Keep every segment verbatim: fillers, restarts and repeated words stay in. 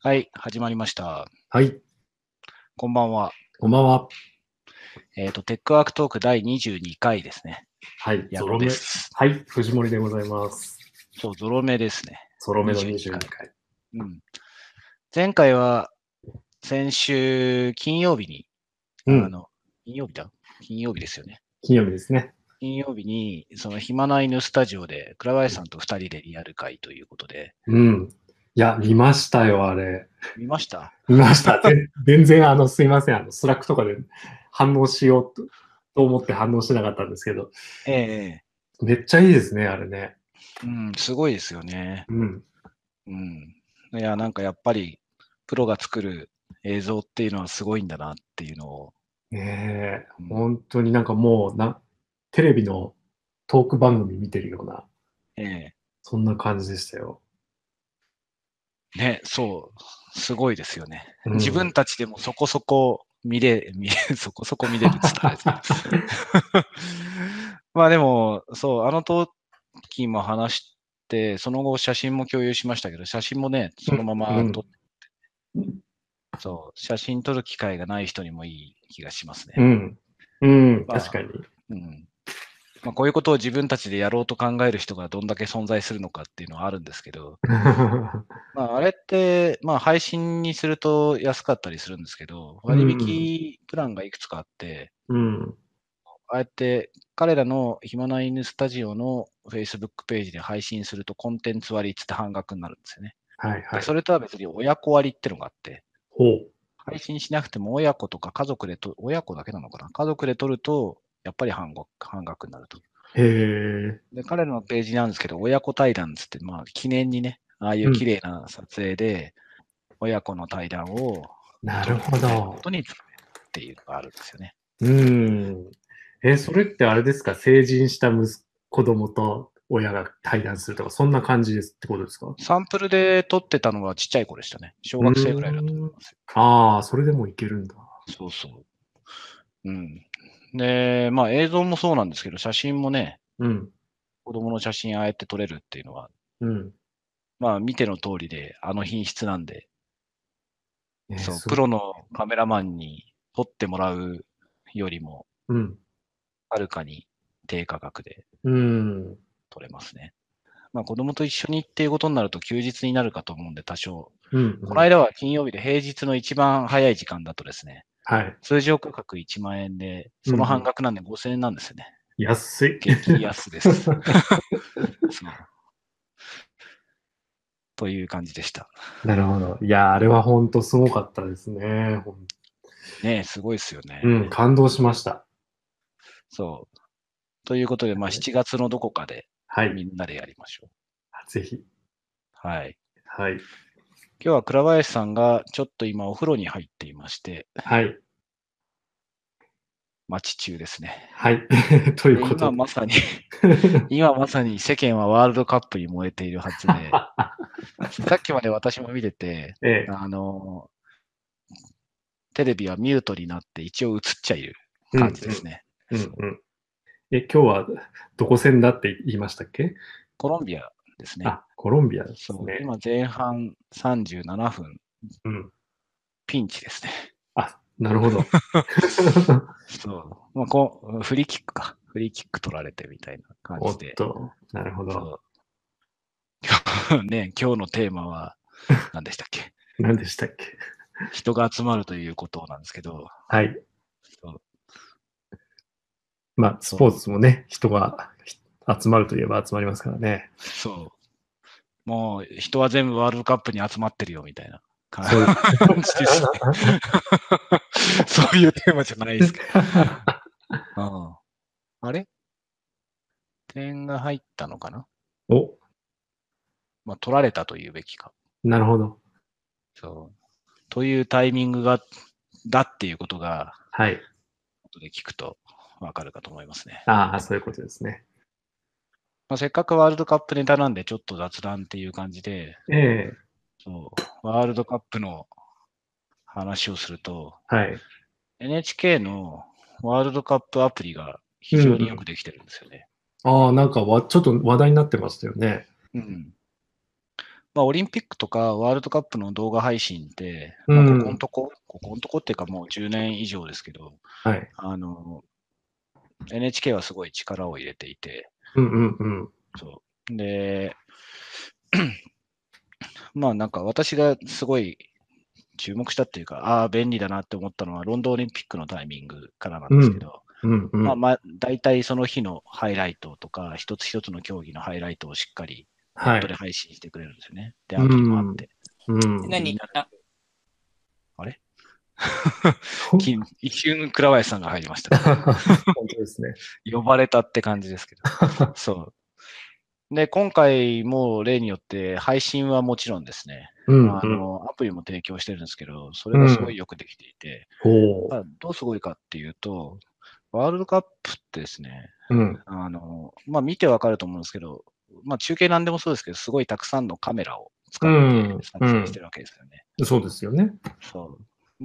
はい、始まりました。 はい、 こんばんは。 こんばんは。 えっ、と、テックワークトークだいにじゅうにかいですね。 はい、 矢野ゾロ目。 です。 はい、藤森でございます。 そう、ゾロ目ですね。 ゾロ目の 22 22 回。 回。 うん。前回は、先週金曜日に、 うん、 あの、金曜日だ金曜日ですよね。 金曜日ですね。 金曜日に、その暇な犬スタジオで、倉林さんとふたりでリアル会ということで、 うん。いや、見ましたよ、あれ。 見ました？ 見ました。ぜ全然、あの、すいません。あの、スラックとかで反応しようと、と思って反応しなかったんですけど、 ええ、 めっちゃいいですね、あれね。 うん、すごいですよね。 うん。 うん。いや、なんかやっぱり、プロが作る映像っていうのはすごいんだなっていうのを、 ねえ、 うん、 本当になんかもうな、テレビのトーク番組見てるような、 ええ、 そんな感じでしたよ。 ね、そう、すごいですよね。 うん。 自分たちでもそこそこ見れ、見れ、そこそこ見れるって言ったらあれですけど。まあでも、そう、あの時も話して、その後写真も共有しましたけど、写真もね、そのまうん。 ま撮っそう、写真撮る機会がない人にもいい気がしますね。 うん。うん。 まあ、 確かに。 うん。まあ、こういうことを自分たちでやろうと考える人がどんだけ存在するのかっていうのはあるんですけど、まあ、あれって、まあ、配信にすると安かったりするんですけど、 う割ん。 引プランがいくつかあって、 うん。 ああやって彼らの暇な犬スタジオの Facebook ページで配信するとコンテンツ割りつって半額になるんですよね。で、 はいはい。 それとは別に親子割ってのがあって、 ほう。 配信しなくても親子とか家族でと、親子だけなのかな家族で撮ると、やっぱり半額半額になると。 へえ。 で、彼らのページなんですけど、親子対談つって、まあ、記念にね、ああいう綺うん。 麗な撮影で、親子の対談をなる撮るみたいなこほど。 とに使えるっていうのがあるんですよね。 うん。え、それってあれですか？成人した息子子供と親が対談するとか、そんな感じですってことですか？ サンプルで撮ってたのはちっちゃい子でしたね。小う学生ぐらいだと思ーん。 いますよ。 ああ、それでもいけるんだ。 そうそう。うん。で、まあ映像もそうなんですけど、写真もね、 うん。 子供の写真ああやって撮れるっていうのは、 うん。 まあ見ての通りで、あの品質なんで、 えー、 そう、 すごい。 プロのカメラマンに撮ってもらうよりも、 うん。 はるかに低価格でうん。 撮れますね。まあ子供と一緒にっていうことになると休日になるかと思うんで多少。 うん。うん。 この間は金曜日で平日の一番早い時間だとですね、 はい。 通常価格いちまん円で、そのうん。うん。 半額なんでごせんえんなんですよね。 安い。 激安です。そう。という感じでした。 なるほど。いや、あれは本当すごかったですね。ほんねえ、すごいですようん、 ね。 感動しました。 そう。ということで、まあしちがつのどこかではい。 みんなでやりましょう。 ぜひ。 はい。 はい。 今日は倉林さんがちょっと今お風呂に入っていまして、 はい。 待ち中ですね。 はい。というで、 ことで。 今まさに今まさに世間はワールドカップに燃えているはずで、さっきまで私も見てて、 ええ。 あの、テレビはミュートになって一応映っちゃいる感うん、うん。 じですね。 うん、 そう。 うん。え、今日はどこ戦だって言いましたっけ？ コロンビアですね。 あ、コロンビアですそう。 ね。 今前半さんじゅうななふん、 うん。 ピンチですね。 あ、なるほど。 そう。まあ、こう、フリーキックか。フリーキック取られてみたいな感おじで。 っと、なるほど。 そう。ね、今日のテーマは何でしたっけ？ 何でしたっけ？ 人が集まるということなんですけど、 はい。 そう。 まあ、スポーそう。 ツもね、人がひ集まるといえば集まりますからね。 そうもう人は全部ワールドカップに集まってるよみたいな感そうです。 じですね。そういうテーマじゃないですけど。うん、あれ点が入ったのかな？ お、 まあ、取られたというべきか。 なるほど。 そう。というタイミングが、だっていうことが、 はい。 後で聞くとわかるかと思いますね。 ああ、そういうことですね。 まあ、せっかくワールドカップネタなんで、ちょっと雑談っていう感じで、 ええ、 そう、ワールドカップの話をすると、 はい。 エヌエイチケー のワールドカップアプリが非常によくうんうん。 できてるんですよね。 ああ、なんかわ、ちょっと話題になってましたよね。 うん。 まあ、オリンピックとかワールドカップの動画配信って、 うまあ、ここのん。 とこ、ここのとこっていうかもうじゅうねん以上ですけど、 はい。 あの、エヌエイチケー はすごい力を入れていて、 うんうんうん。 そう。で、まあなんか私がすごい注目したっていうか、ああ、便利だなって思ったのは、ロンドンオリンピックのタイミングからなんうん。 ですけど、 うんうん。 まあまあ、大体その日のハイライトとか、一つ一つの競技のハイライトをしっかりネットではい。 配信してくれるんですよね。で、 うアプリもあっん。 て。 うん。 で、みん何なで、 あ、 あれき一瞬、倉林さんが入りましたけど、 本当ですね。 呼ばれたって感じですけど。そう。で、今回も例によって配信はもちろんですね、 うんうん。 あの、アプリも提供してるんですけど、それがすごいうん。 よくできていて、 ほあどうすごいかっていうと、ワールドカップってですね、 う。うん。 あの、まあ、見てわかると思うんですけど、まあ、中継なんでもそうですけど、すごいたくさんのカメラを使うってん。 撮うん。 影してるわけですよね。 そうですよね。 そう。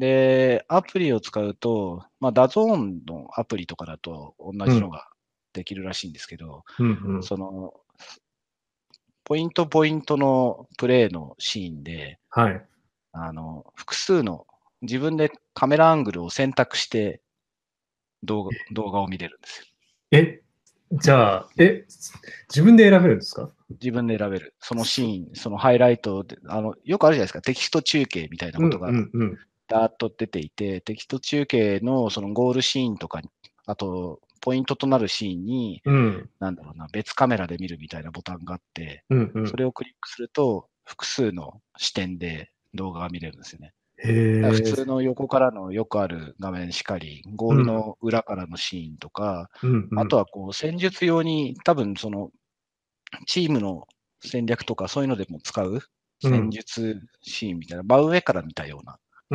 で、アプリを使うと、まあ、ダゾーンのアプリとかだと同うん。 じのができるらしいんですけど、 うんうん。 その、ポイントポイントのプレイのシーンで、 はい。 あの、複数の自分でカメラアングルを選択して動画動画を見れるんですよ。 え、じゃあ、え、自分で選べるんですか？ 自分で選べる。そのシそーン、そのハイライトで、あの、よくあるじゃないですか。テキスト中継みたいなうんうことがんうん。 ダーッと出ていて、テキスト中継のそのゴールシーンとかに、あと、ポイントとなるシーンに、 うんなんだろうな、別カメラで見るみたいなボタンがあって、 うんうん。 それをクリックすると、複数の視点で動画が見れるんですよね。 へだから普え。 通の横からのよくある画面しかり、ゴールうんの裏からのシーンとか、 うんうん。 あとはこう戦術用に多分そのチームの戦略とかそういうのでも使う戦うん。 術シーンみたいな、真上から見たようなうん。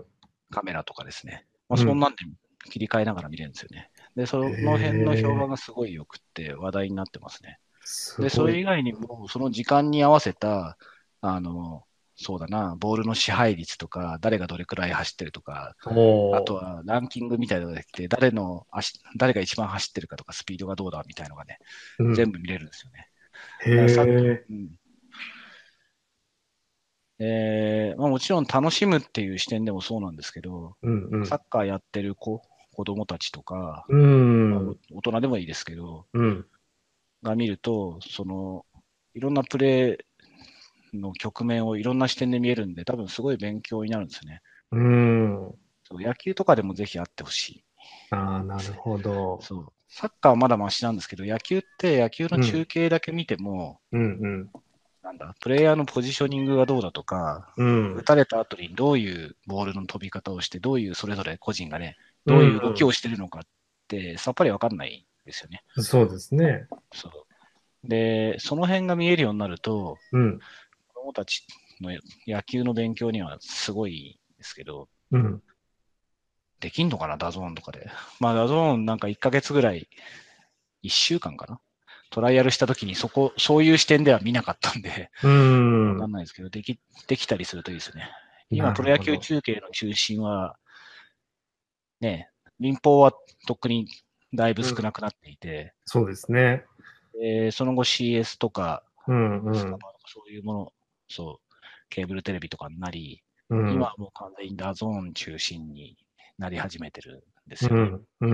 カメラとかですね。まあ、 うん。 そんなんで切り替えながら見れるんですよね。で、 へその辺の評判え。 がすごい良くって話題になってますね。で、そすごい。 れ以外にも、その時間に合わせた、あの、そうだな、ボールの支配率とか、誰がどれくらい走ってるとか、あとおー。 はランキングみたいなのができて、誰の足、誰が一番走ってるかとか、スピードがどうだみたいなのがね、 うん。 全部見れるんですよね。 へだからさ、 え。 うん。えーまあ、もちろん楽しむっていう視点でもそうなんですけど、 うんうん。 サッカーやってる子、子供たちとか、 うまあ、 ん。 お大人でもいいですけど、 うん。 が見ると、その、いろんなプレーの局面をいろんな視点で見えるんで、多分すごい勉強になるんですよね。 うん。 そう野球とかでもぜひあってほしいああ、なるですね。 ほど。 そう。サッカーはまだマシなんですけど、野球って野球のうん。 中継だけ見ても、 うんなんだ、プレイヤーのポジショニングがどうだとか、 うん。うん。 打たれた後にどういうボールの飛び方をして、どういうそれぞれ個人がね、 うどういう動きん。 をしてるのかってさっぱりわかんないですよね。 そうですね。 そう。で、その辺が見えるようになると、 うん。 子供たちの野球の勉強にはすごいですけど、 うん。 できんのかな、ダゾーンとかで。まあ、ダゾーンなんかいっかげつぐらい、いっしゅうかんかな。トライアルしたときにそこ、そういう視点では見なかったんで、 うわかん。 んないですけど、でき、できたりするといいですね。今、 なプロ野るほど。 球中継の中心は、ね、民放はとっくにだいぶうん。 少なくなっていて、 そうですね。 でその後 シーエス とか、 うんうスタバん。 とかそういうもの、そう、ケーブルテレビとかになり、 うん。 今はもう完全にダゾーン中心になり始めてるんですよね。 うん。うん。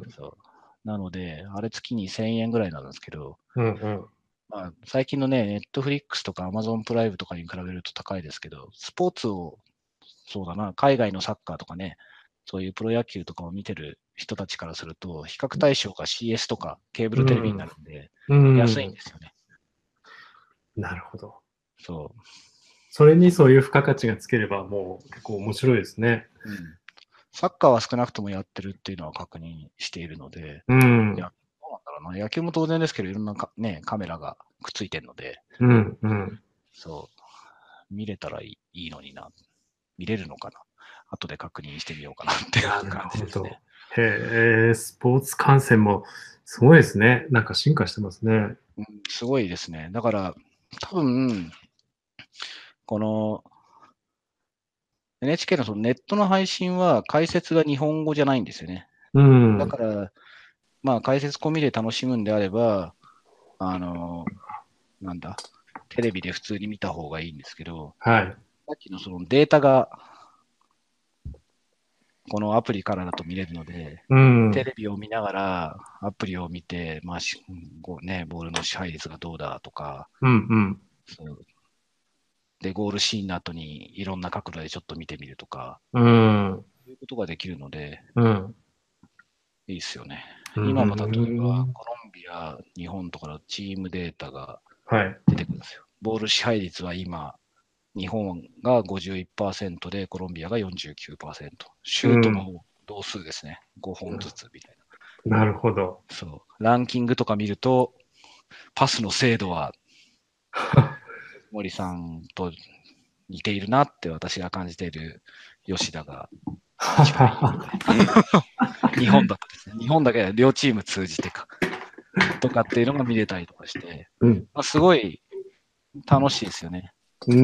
そう。なので、あれ月にせんえんぐらいなんですけど、 うんうん。 まあ、最近のね、ネットフリックスとかアマゾンプライムとかに比べると高いですけど、スポーツを、そうだな、海外のサッカーとかね、そういうプロ野球とかを見てる人たちからすると、比較対象が シーエス とかケーブルテレビになるんで、 う安いんん。 ですよね。 なるほど。 そそれにそういう付加価値がつければもう結構面白いですね。 う。うん。サッカーは少なくともやってるっていうのは確認しているので、 うん。 いや、どうなんだろうな。野球も当然ですけど、いろんなか、ね、カメラがくっついてるので、 うんうん。 そう、見れたらいいいいのにな。見れるのかな。後で確認してみようかなっていうなる感じですね。 ほど。へえ、スポーツ観戦もすごいですね。なんか進化してますね。 うん、すごいですね。だから、多分、この エヌエイチケー のそのネットの配信は解説が日本語じゃないんですよね。 うん。 だから、まあ解説込みで楽しむんであれば、あの、なんだ、 テレビで普通に見た方がいいんですけど、 はい。 さっきのそのデータが、このアプリからだと見れるので、 うん。 テレビを見ながらアプリを見て、まあしこうね、ボールの支配率がどうだとか、 うんうん。 そうで、ゴールシーンの後にいろんな角度でちょっと見てみるとか、 うん。 そういうことができるので、 うん。 いいですよね。 う今も例えばん。 コロンビア、日本とかのチームデータがはい。 出てくるんですよ。ボール支配率は今、日本がごじゅういちパーセントでコロンビアがよんじゅうきゅうパーセント。シュートも同数ですね。ごほんずつみたいな。 なるほど。 そう。ランキングとか見ると、パスの精度は森さんと似ているなって私が感じている吉田が一番いいので。日本だとですね。日本だけ両チーム通じてか。とかっていうのが見れたりとかして、 うん。 まあ、すごい楽しいですよね。 うん。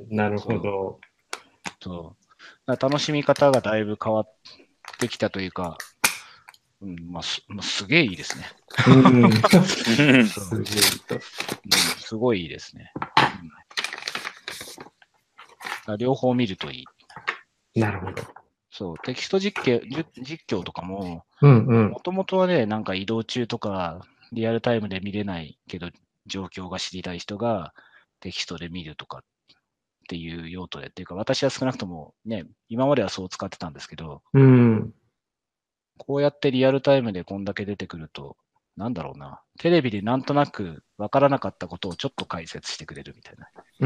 なるほど。 そう楽しみ方がだいぶ変わってきたというか、うんまあ、すまあ、すげえいいですね。 うん。 そうすげえと。 うん、すごいいいですね。うん、両方見るといい。 なるほど。 そう、テキスト実況実況とかも、 うんうん。 もともとはね、なんか移動中とか、リアルタイムで見れないけど、状況が知りたい人がテキストで見るとかっていう用途で、っていうか、私は少なくともね、今まではそう使ってたんですけど、 うん。 こうやってリアルタイムでこんだけ出てくると、なんだろうな、テレビでなんとなく分からなかったことをちょっと解説してくれるみたいな。 うん。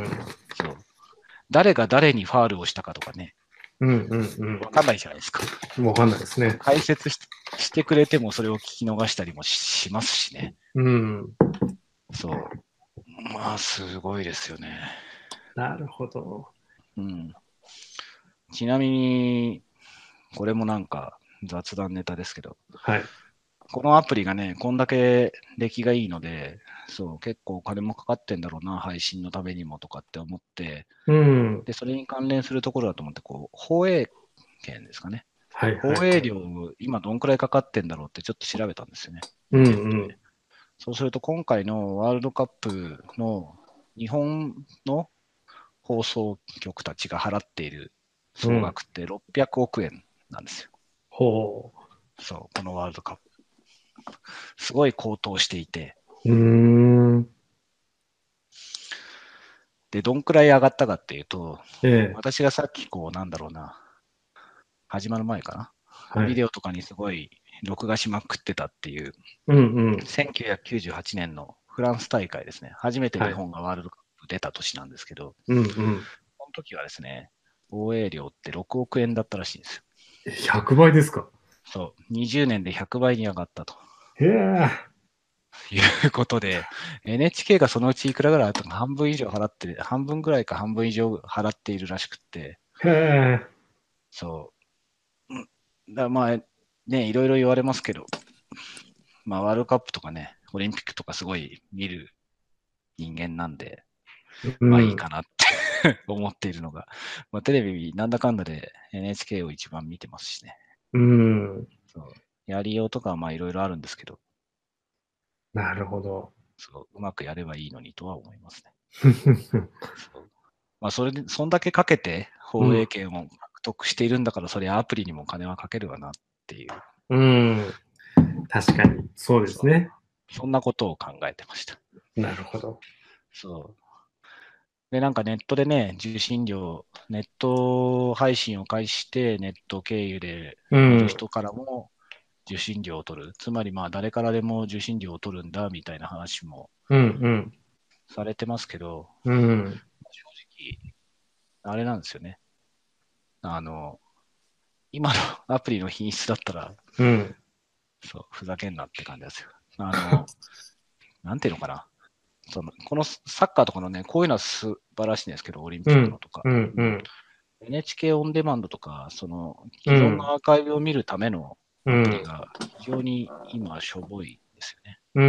そう。誰が誰にファールをしたかとかね、 うんうんうん。 分かんないじゃないですか。 わかんないですね。 解説ししてくれてもそれを聞き逃したりもししますしね。 うん。 そう。まあ、すごいですよね。 なるほど。 うん。ちなみに、これもなんか雑談ネタですけど、 はい。 このアプリがね、こんだけ出来がいいので、そう、結構お金もかかってんだろうな、配信のためにもとかって思って、 うん。 で、それに関連するところだと思って、こう、放映権ですかね。 はいはいはい。 放映料、今どんくらいかかってんだろうってちょっと調べたんですよね。 うんネットで。 うん。 そうすると、今回のワールドカップの日本の放送局たちが払っている総額ってろっぴゃくおくえんなんですよ。 ほそう、このワールドカップ。すごい高騰していて、 う。うーん。 で、どんくらい上がったかっていうと、 ええ。 私がさっきこう、なんだろうな、始まる前かな。 はい。 ビデオとかにすごい録画しまくってたっていう、 うんうん。 せんきゅうひゃくきゅうじゅうはちねんのフランス大会ですね。初めてはい。 日本がワールドカップ出た年なんですけど、 うんうん。 この時はですね、放映料ってろくおくえんだったらしいんですよ。 えひゃくばいですか？ そう、にじゅうねんでひゃくばいに上がったとへえ。 いうことで、エヌエイチケー がそのうちいくらぐらいあったか半分以上払ってる、半分ぐらいか半分以上払っているらしくって、 へえ。 そう。うんだからまあ、ね、いろいろ言われますけど、まあ、ワールドカップとかね、オリンピックとかすごい見る人間なんで、まあいいうん。 かなって思っているのが、まあ、テレビなんだかんだで エヌエイチケー を一番見てますしね。 うん。 そうやりようとかはまあいろいろあるんですけど、 なるほど。 そううまくやればいいのにとは思いますね。そうまあ、それで、そんだけかけて放映権を獲得しているんだから、それアプリにも金はかけるわなっていう、 うん。確かに。そうですね。 そんなことを考えてました。 なるほど。 そうで、なんかネットでね、受信料、ネット配信を開始して、ネット経由でうん。 見る人からも受信料を取る。つまり、まあ、誰からでも受信料を取るんだみたいな話もうんされてますけど、 うん。うん。 正直、あれなんですよね。あの、今のアプリの品質だったら、 うん。 そう、ふざけんなって感じですよ。あの、なんていうのかな。そのこのサッカーとかのね、こういうのは素晴らしいんですけど、オリンピックのとか。 うん。うん。 エヌエイチケー オンデマンドとか、そのうん。 既存のアーカイブを見るためのアプリうん。 が非常に今しょぼいですよね。 うん。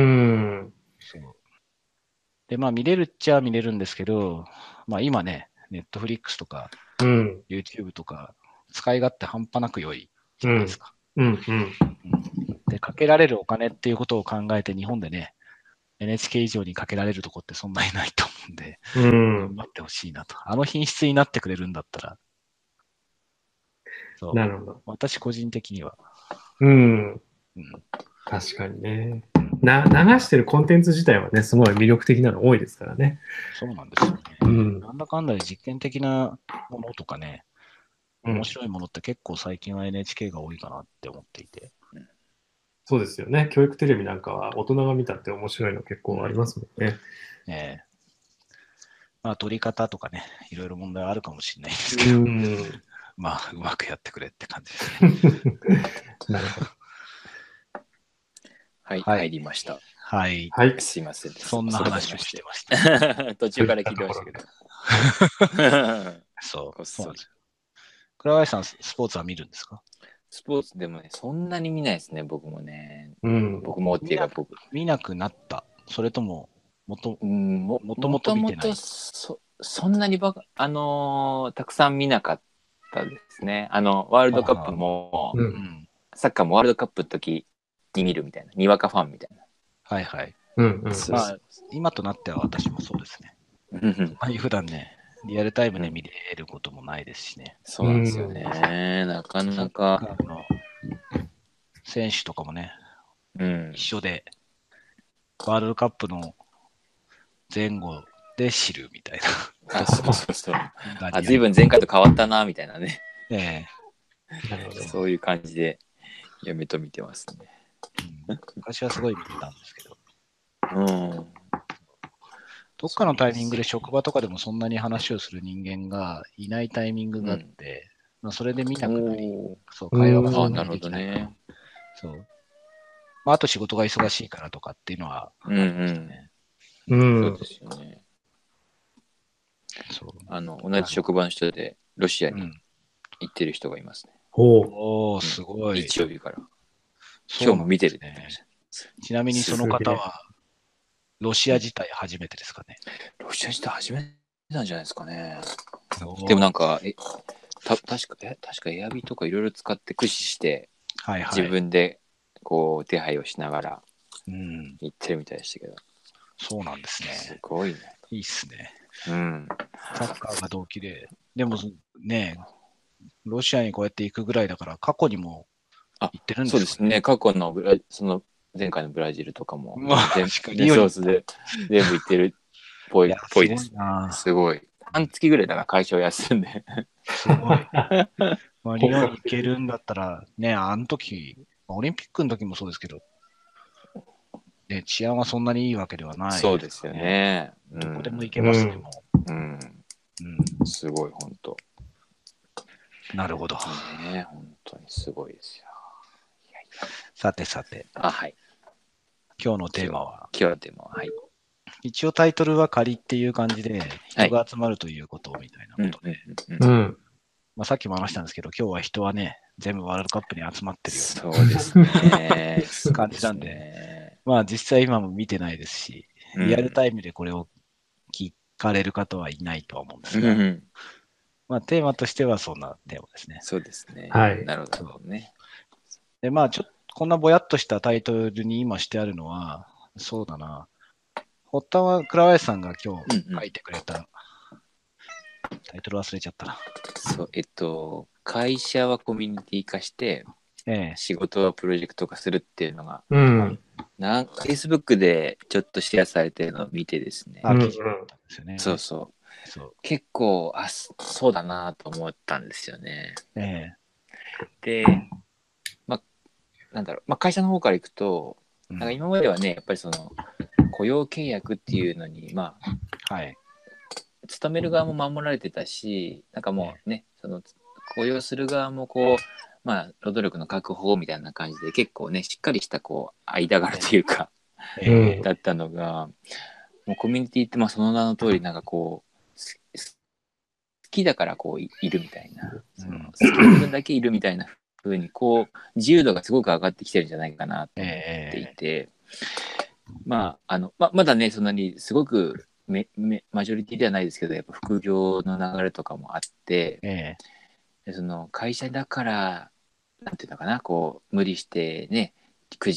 そうで、まあ見れるっちゃ見れるんですけど、まあ今ね、Netflix とかうん。 YouTube とか使い勝手半端なく良いじうん。 ゃないですか。 うん。うん。 うん、で、かけられるお金っていうことを考えて日本でね、 エヌエイチケー 以上にかけられるとこってそんなにないと思うんで、 うん頑張ってほしいなと。あの品質になってくれるんだったら、そう。 なるほど。 私個人的には。 うん。 うん。 確かにね。な、流してるコンテンツ自体はね、すごい魅力的なの多いですからね。 そうなんですよね。 うん。 なんだかんだで実験的なものとかね、 うん面白いものって結構最近は エヌエイチケー が多いかなって思っていて。 そうですよね。教育テレビなんかは大人が見たって面白いの結構ありますもんね。 ええまあ、取り方とかね、いろいろ問題はあるかもしれないですけうど、 ん。 まあ、うまくやってくれって感じですね。 なるほど。 はい、 はい入りました。 はい。 はい。 すいませんです。 そんな遅くなり話をしましててました。 途中から聞いてましたけど。 そう、 こっそりそうなんですよ。倉林さん、ススポーツは見るんですか？ スポーツでもね、そんなに見ないですね、僕もね。 うん。 僕もっていうか僕。 見なくなった。それとも、もと、 うん、ももともと見てないもともとそそんなにばか、あのーたくさん見なかったですね。あの、ワールドカップも、 う。 うんん。 サッカーもワールドカップの時に見るみたいな。にわかファンみたいな。 はいはい。 うん。うん。 そうまあ、今となっては私もそうですね。 うんああいう普段ね、リアルタイムで見れることもないですしね。 そうなんですよね。なかなか。 サッカーの選手とかもね、 うん一。緒で、ワールドカップの前後で知るみたいあ、そうそうそう。 な。 あ、随分前回と変わったな、みたいなね。 えなるほど。 そういう感じで嫁と見てますね。 えうん昔はすごい見てたんですけど、 うん。 どっかのタイミングで職場とかでもそんなに話をする人間がいないタイミングがあって、まあ、それで見なくなり、 おそう、会話がうんそんなあ、なるほどにできない。 ね。 そう。まあ、あと仕事が忙しいからとかっていうのはあうんりましたうん。 ね。 う。 そうんですよね。 そう。 あの、同じ職場の人でロシアにうん。 行ってる人がいますね。 ほう。 おー、すごい。 日曜日から。 そうなん今日も見てるっですねて言ってました。 ちなみにその方は、ロシア自体初めてですかね。 ロシア自体初めてなんじゃないですかね。 おーでもなんか、え、た確か、え、確かエアビーとかいろいろ使って駆使して、 はいはい。 自分でこう手配をしながらうん。 行ってるみたいでしたけど、 そうなんですすね。 ごいね。 いいっすね。 うん。 サッカーが動機で。でもね、ロシアにこうやって行くぐらいだから、過去にもあ行ってるんそうでかね。 ですすね。過去のブラその前回のブラジルとかもまあ全確かにねリオにソースで全部行ってるっぽいいや、 ぽいですすごい。なすごい。半月ぐらいだから会社を休んで。 すごい。まあ、リオに行けるんだったら、ね、あの時、オリンピックの時もそうですけど、ね、治安はそんなにいいわけではないそうですよ。ね。うどこでも行ん。 けますね、 うんもうん。 う。うん。 すごい、本当。 なるほど。 ね本当にすごいですよ。いやいや。 さてさて、 あ、はい。 今日のテーマは、 今日のテーマは、はい。 一応タイトルは仮っていう感じで、人が集まるということみたいなうんことで、 うんうんうん。 まあ、さっきも話したんですけど、今日は人はね、全部ワールドカップに集まってるよそうですね。 うな感じなんで、 でまあ実際今も見てないですし、 すね、 リアルタイムでこれを聞かれる方はいないとは思うんですが、 うんうんまあテーマとしてはそんなテーマですね。 そうですね。 はいなるほどね。 で、まあちょっとこんなぼやっとしたタイトルに今してあるのは、そうだな、発端は倉林さんが今日うんうん書いてくれた、タイトル忘れちゃったな。 そう、えっと、会社はコミュニティ化して、 ええ。 仕事はプロジェクト化するっていうのが、 うん。 なんか Facebook でちょっとシェアされてるのを見てですね。 あ、 うん記事だったんですよね。 そうそう。 そう。 結構、あ、そそうだなと思ったんですよね。 えで、まあ、なんだろう、まあ、会社の方からいくと、 え。うんなんか今まではね、やっぱりその、雇用契約っていうのに、まあ、 はい。 勤める側も守られてたし、なんかもうね、その雇用する側もこう、まあ、労働力の確保みたいな感じで結構ね、しっかりしたこう、間柄というか、 ええ。 だったのが、もうコミュニティってまあその名の通りなんかこう、す好きだからこういいるみたいな、そのうん好きな部分だけいるみたいな風にこう、自由度がすごく上がってきてるんじゃないかなと思っていて、まあ、あの、ままだね、そんなにすごくめめマジョリティではないですけど、やっぱ副業の流れとかもあって、 ええ。 でその会社だから、なんていうのかな、こう、無理してね、くじ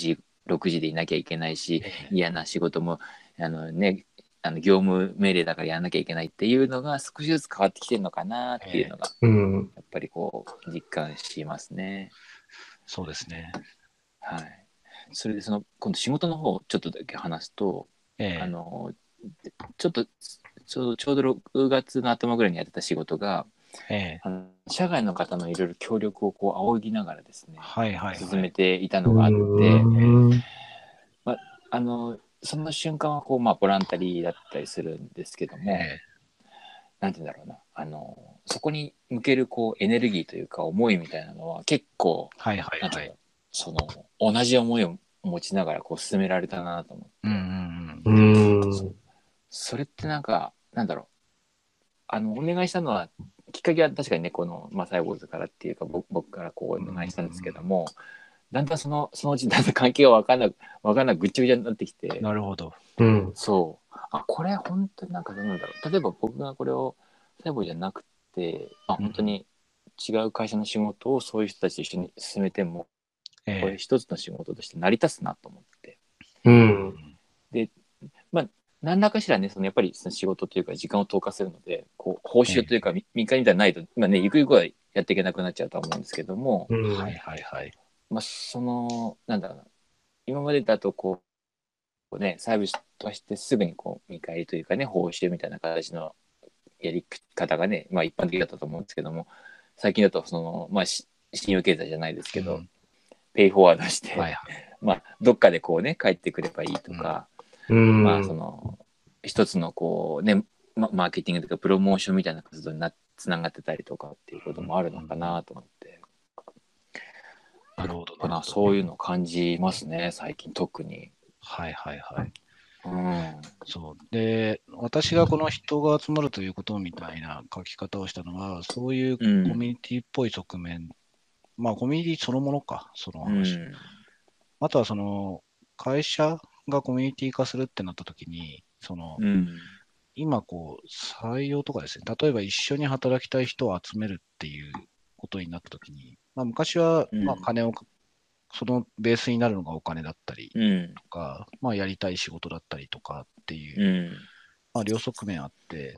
ろくじでいなきゃいけないし、 ええ嫌な仕事もあの、ね、あの業務命令だからやらなきゃいけないっていうのが少しずつ変わってきてるのかなっていうのが、 うん。 やっぱりこう実感しますね。 そうですね。 はい。それでその今度仕事の方をちょっとだけ話すと、 ええあのちょっとちょうどちょうどろくがつの頭ぐらいにやってた仕事が、 ええあの社外の方のいろいろ協力をこう仰ぎながらですね、 はいはい進はい。 めていたうのがあって、 ん。 まあ、あのその瞬間はこう、まあ、ボランタリーだったりするんですけども、 えなんて言うんだろうな、あのそこに向けるこうエネルギーというか思いみたいなのは結構、 えはいはいはい。 なんていうの、その同じ思いを持ちながらこう進められたなと思って、 うんうんううん。 ん。 そそれってなんかなんだろう、あのお願いしたのはきっかけは確かにねこの、まあ、サイボーズからっていうか僕僕からこうお願いしたんですけども、だんだんそのそのうちだんだん関係が分かんなく分かんなくぐっちゃぐちゃになってきて、 なるほど。 うん。 そうあこれ本当になんかどうなんだろう、例えば僕がこれをサイボーズじゃなくて、まあ、本当に違う会社の仕事をそういう人たちと一緒に進めてもこれええ一つの仕事として成り立つなと思って、 う。 うんんでまあ何らかしらねそのやっぱりその仕事というか時間を投下するのでこう報酬というか、み見返りみたいなのないと、まあね、ゆくゆくはやっていけなくなっちゃうとは思うんですけども、 うん。 はいはいはい。 まあ、そのなんだろうな、今までだとこうねサービスとしてすぐにこう見返りというかね報酬みたいな形のやり方がね、まあ、一般的だったと思うんですけども、最近だとその、まあ、し信用経済じゃないですけど、 うんペイフォワードして、 はいはい。 まあ、どっかでこうね帰ってくればいいとか、 うん。 まあその一つのこうねママーケティングとかプロモーションみたいな活動になつながってたりとかっていうこともあるのかなと思って、 なるほどやっぱななるほど。 そういうのを感じますね最近特に。 はいはいはい。 うんそう。で、私がこの人が集まるということみたいな書き方をしたのは、そういううんコミュニティっぽい側面、まあコミュニティそのものか、そのう話。 んあとはその会社がコミュニティ化するってなった時に、そのうん今こう採用とかですね、例えば一緒に働きたい人を集めるっていうことになった時に、まあ昔はうんまあ金を、そのベースになるのがお金だったりうんとか、まあやりたい仕事だったりとかっていう、 うんまあ両側面あって、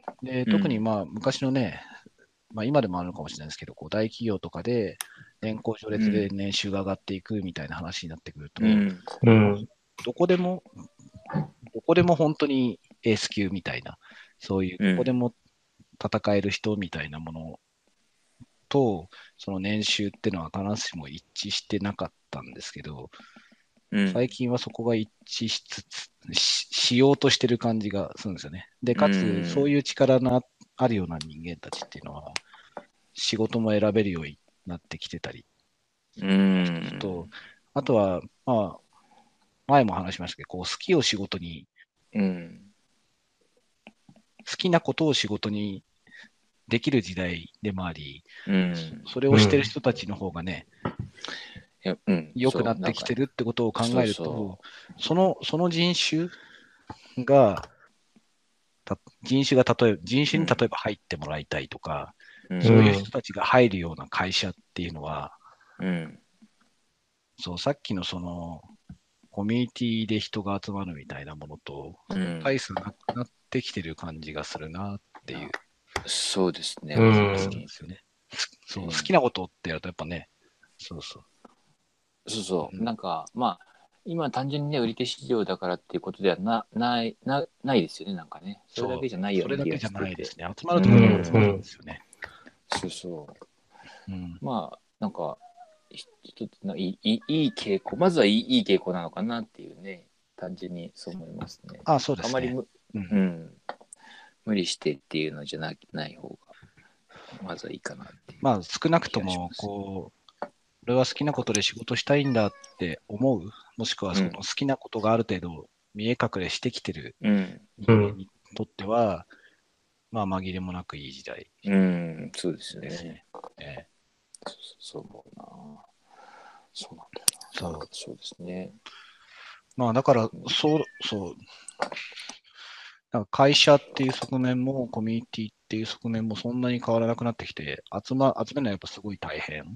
で、 うん特にまあ昔のね、まあ今でもあるのかもしれないですけど、こう大企業とかで年功序列で年収が上がっていくみたいな話になってくると、 うんうん。 どこでも、どこでも本当にエース級みたいな、そういう、 うんどこでも戦える人みたいなものと、その年収っていうのは必ずしも一致してなかったんですけど、 うん最近はそこが一致しつつ、ししようとしてる感じがするんですよね。で、かつ、そういう力のあるような人間たちっていうのは、仕事も選べるようになってきてたりうんと、あとは、まあ、前も話しましたけど、こう好きを仕事に、 うん好きなことを仕事にできる時代でもあり、 うんそれをしてる人たちの方がね、 いやうん良くなってきてるってことを考えるそうとそ、 その、その人種が、た人種が例えば、人種に例えば入ってもらいたいとか、 うんそういう人たちが入るような会社っていうのは、 うんそう、さっきのその、コミュニティで人が集まるみたいなものと、 うん大差なくなってきてる感じがするなっていうそうですね、 うん気がするんですよね。そう、 うん好きなことってやるとやっぱね、そうそう。 そうそう、 うんなんかまあ今単純にね売り手市場だからっていうことではなないなないですよね、なんかねそれだけじゃないよそうれだな気けじゃないでがしてて、 すね。集まるところには集まるんですよね。 そうそううん。 まあなんかひ一つないいいいいい傾向、まずはいいいい傾向なのかなっていうね、単純にそう思いますね。 あ、そうですね。 あまりむ、 う。 うんん、無理してっていうのじゃなない方がまずはいいかなっていうまあ、少なくとも、 気がします。 こう、俺は好きなことで仕事したいんだって思う、もしくはその好きなことがある程度見え隠れしてきてるうん、 人間にとっては、まあ、紛れもなくいい時代うん、そうですね。 ですね。ええそうそう思うな。そうなんだよそうな。そうですね。 まあ、だから、そう、そう。なんか会社っていう側面も、コミュニティっていう側面もそんなに変わらなくなってきて、集ま、集めるのはやっぱすごい大変。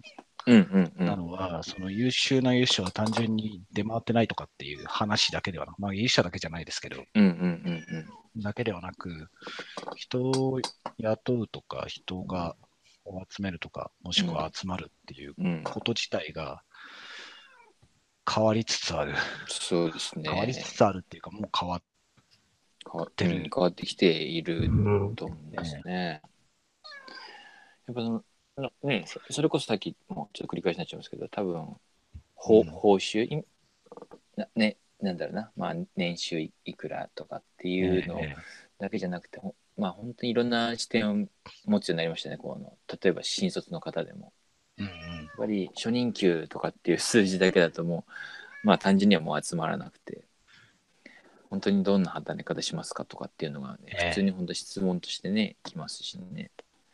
うんうんうん。 なのは、その優秀な技術者は単純に出回ってないとかっていう話だけではなく、まあ技術者だけじゃないですけど、 うんうんうんだけではなく、人を雇うとか、人がを集めるとか、もしくは集まるっていううん。うん。 こと自体が変わりつつある。 そうですね。 変わりつつあるっていうか、もう変わっ変わてるうん変わってきているうん。 と思うんですね。やっぱそのあのね、そそれこそさっきもちょっと繰り返しになっちゃいますけど、多分報うん報酬、いなね、なんだろうな、まあ、年収いいくらとかっていうのえだけじゃなくて、ほまあ本当にいろんな視点を持つようになりましたね。この例えば新卒の方でも。 えうんやっぱり初任給とかっていう数字だけだともう、まあ単純にはもう集まらなくて、本当にどんな働き方しますかとかっていうのがね、 ええ普通に本当質問としてね、来ますしね。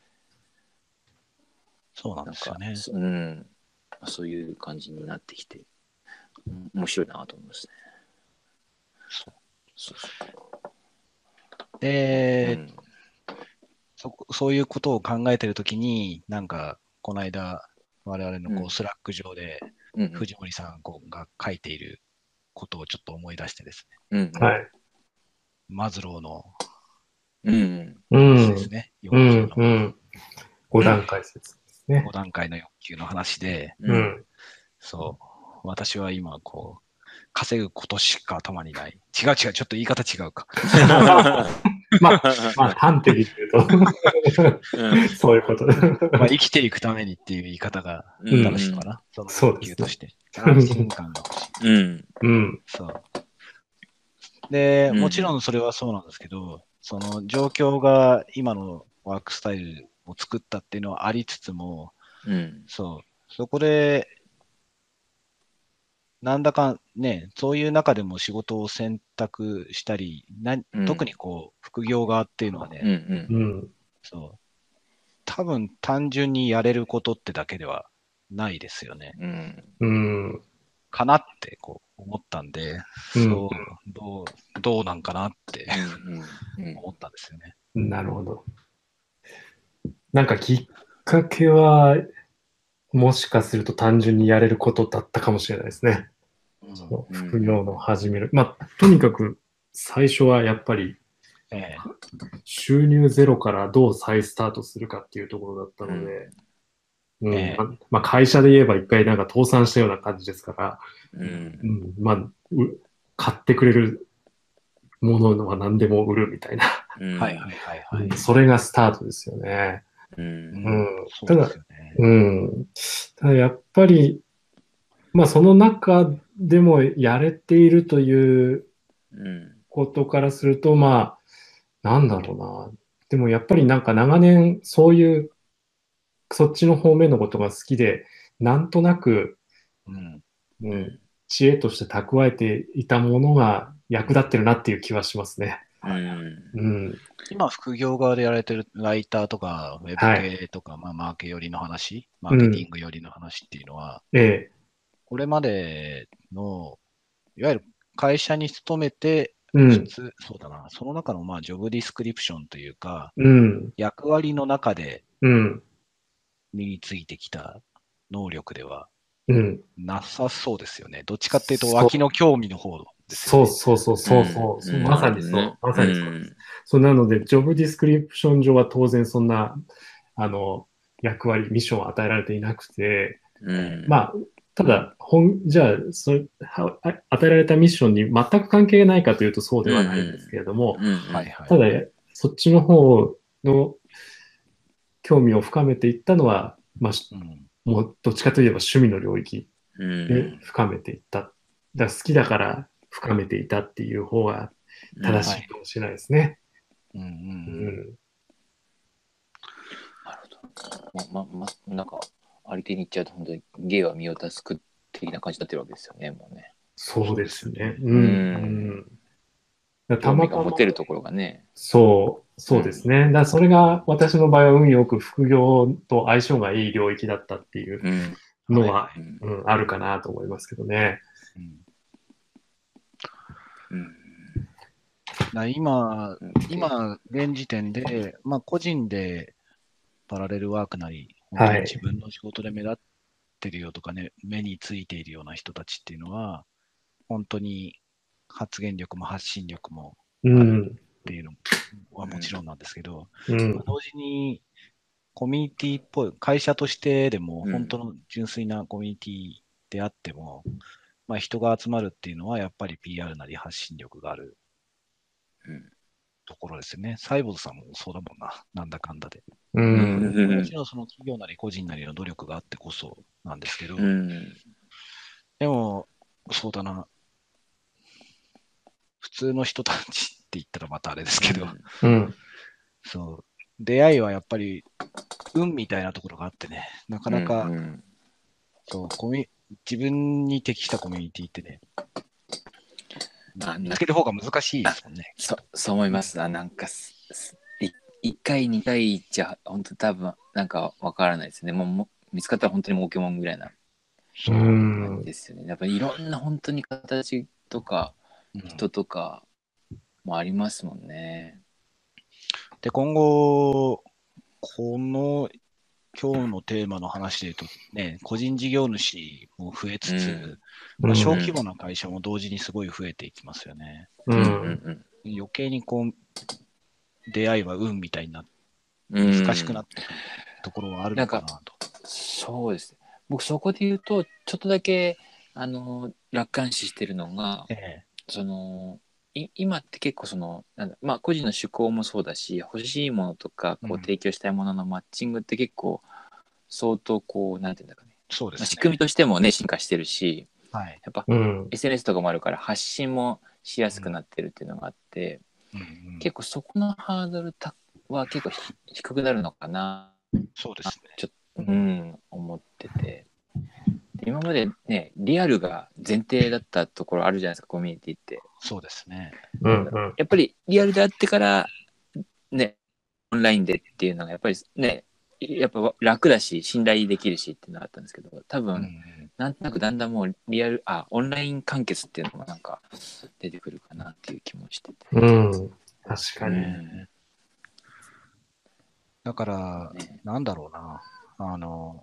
そうなんなんですよね。 かそうん、そういう感じになってきて、うん面白いなと思いますね。 そうそうそうで、 うんそそういうことを考えてるときに、なんか、この間、我々のこうんうスラック上で、 うんうん藤森さんこうが書いていることをちょっと思い出してですうんはい。 ね、マズローのうんうん。 ですね、欲う求のん。うん。ご段階説ですねご。段階の欲求の話で、 ううんん。 そう、私は今、こう、稼ぐことしか頭にない。違う違う、ちょっと言い方違うか。 まあ、まあ、端的に言うと、そういうこと。 まあ、生きていくためにっていう言い方がうん正しいのかな。その欲そうですね求として。安心感が欲しい。 うんうん。 そう。で、 うんもちろんそれはそうなんですけど、その状況が今のワークスタイルを作ったっていうのはありつつも、 うんそう、そこで、なんだかね、そういう中でも仕事を選択したり、なうん特にこう、副業側っていうのはうんね、 うんうん。 そう、多分単純にやれることってだけではないですよね。 うんうん。 かなってこう思ったんで、 うんそう、どう、どうなんかなってうんうん思ったんですよね。 なるほど。なんかきっかけは、もしかすると単純にやれることだったかもしれないですね。 うんその副業の始める。まあ、とにかく最初はやっぱりええ収入ゼロからどう再スタートするかっていうところだったので、うんええままあ、会社で言えば一回なんか倒産したような感じですから、 うんうんまあ、う買ってくれるものは何でも売るみたいな、 うんはいはいはいはい。 うんそれがスタートですよね。 ううんうんん、そうただですよね。 うん、ただやっぱり、まあ、その中でもやれているといううんことからすると、まあ、なんだろうな。でもやっぱりなんか長年そういうそっちの方面のことが好きで、なんとなく、 うん、 う、 うんん知恵として蓄えていたものが役立ってるなっていう気はしますね。 うんうん。 今、副業側でやられてるライターとか、ウェブはい。 系とか、まあ、マーケ寄りの話、マうんーケティング寄りの話っていうのは、 ええ。 これまでの、いわゆる会社に勤めて、 うん。 普通、そうだな、その中のまあジョブディスクリプションというか、 うん。 役割の中でうん。 身についてきた能力ではうん。 なさそうですよね。どっちかっていうと、 そう脇の興味の方ですよそうね。 そうそうそうそうそう、 うんまさにそう、 うんまさにそうです。そうなので、ジョブディスクリプション上は当然そんな、あの、役割、ミッションを与えられていなくて、 うんまあ、ただ、本、じゃあ、それ、は与えられたミッションに全く関係ないかというとそうではないんですけれども、 うんはいはい。 ただ、そっちの方の興味を深めていったのは、まあ、 うんもうどっちかといえば趣味の領域うんで深めていった。だから好きだから深めていたっていう方が正しいかもしれないですね。 うんうんううんん。 なるほど。ま、ま、ま、なんか、ありていに言っちゃうと、本当に芸は身を助く的な感じになってるわけですよね、もうね。 そうですね。 そううん。 うんうんだからた興味がまたま、 持てるところがね。 そう、そうですね。だからそれが私の場合は運よく副業と相性がいい領域だったっていううん。 のは、 はいはいうん、あるかなと思いますけどね。 うんうん。 だ今、 うん今、現時点で、まあ、個人でパラレルワークなり、本当はいに自分の仕事で目立っってるよとかね、目についているような人たちっていうのは、本当に発言力も発信力もうあるん。 っていうのはもちろんなんですけど、 うんまあ、同時にコミュニティっぽい、会社としてでもうん本当の純粋なコミュニティであっても、まあ、人が集まるっていうのはやっぱり ピーアール なり発信力があるうんところですよね。サイボーズさんもそうだもんな、なんだかんだで。 う。 うんんもちろんその企業なり個人なりの努力があってこそなんですけど、 うんでも、そうだな、普通の人たちって言ったらまたあれですけど、 うん。 そう、出会いはやっぱり運みたいなところがあってね、なかなか、 うんそうコミ自分に適したコミュニティってね、 あ見つける方が難しいですもんね。 そそう思いますあなんかすすいいっかいにかい行っちゃ本当多分なんかわからないですねもうも見つかったら本当に儲けもんぐらいなう感じん。 ですよねやっぱりいろんな本当に形とかうん人とかもありますもんねで、今後、この今日のテーマの話で言うと、ね、個人事業主も増えつつ、 うんまあ、小規模な会社も同時にすごい増えていきますよね。 ううんん。 余計にこう、出会いは運みたいになってうんうん難しくなってくるところはあるのかなと。 そうですね僕そこで言うとちょっとだけあの楽観視してるのがええ、 そのい今って結構そのなんだまあ個人の趣向もそうだし欲しいものとかこううん提供したいもののマッチングって結構相当こうなんていうんだかね、まあ、 そうですね。 仕組みとしてもね進化してるしはい。 やっぱうん。 エスエヌエス とかもあるから発信もしやすくなってるっていうのがあって、 うんうん、 結構そこのハードルたは結構ひ低くなるのかなそうですね。 ちょっとうん思っててで今までねリアルが前提だったところあるじゃないですかコミュニティってそうですね。 うん。 やっぱりリアルであってからねオンラインでっていうのがやっぱりねやっぱ楽だし信頼できるしっていうのがあったんですけど多分、 うんうん、 なんとなくだんだんもうリアルあオンライン完結っていうのもなんか出てくるかなっていう気もしてて、 うん。確かに。 ね、だから、 ね、 なんだろうな。あの、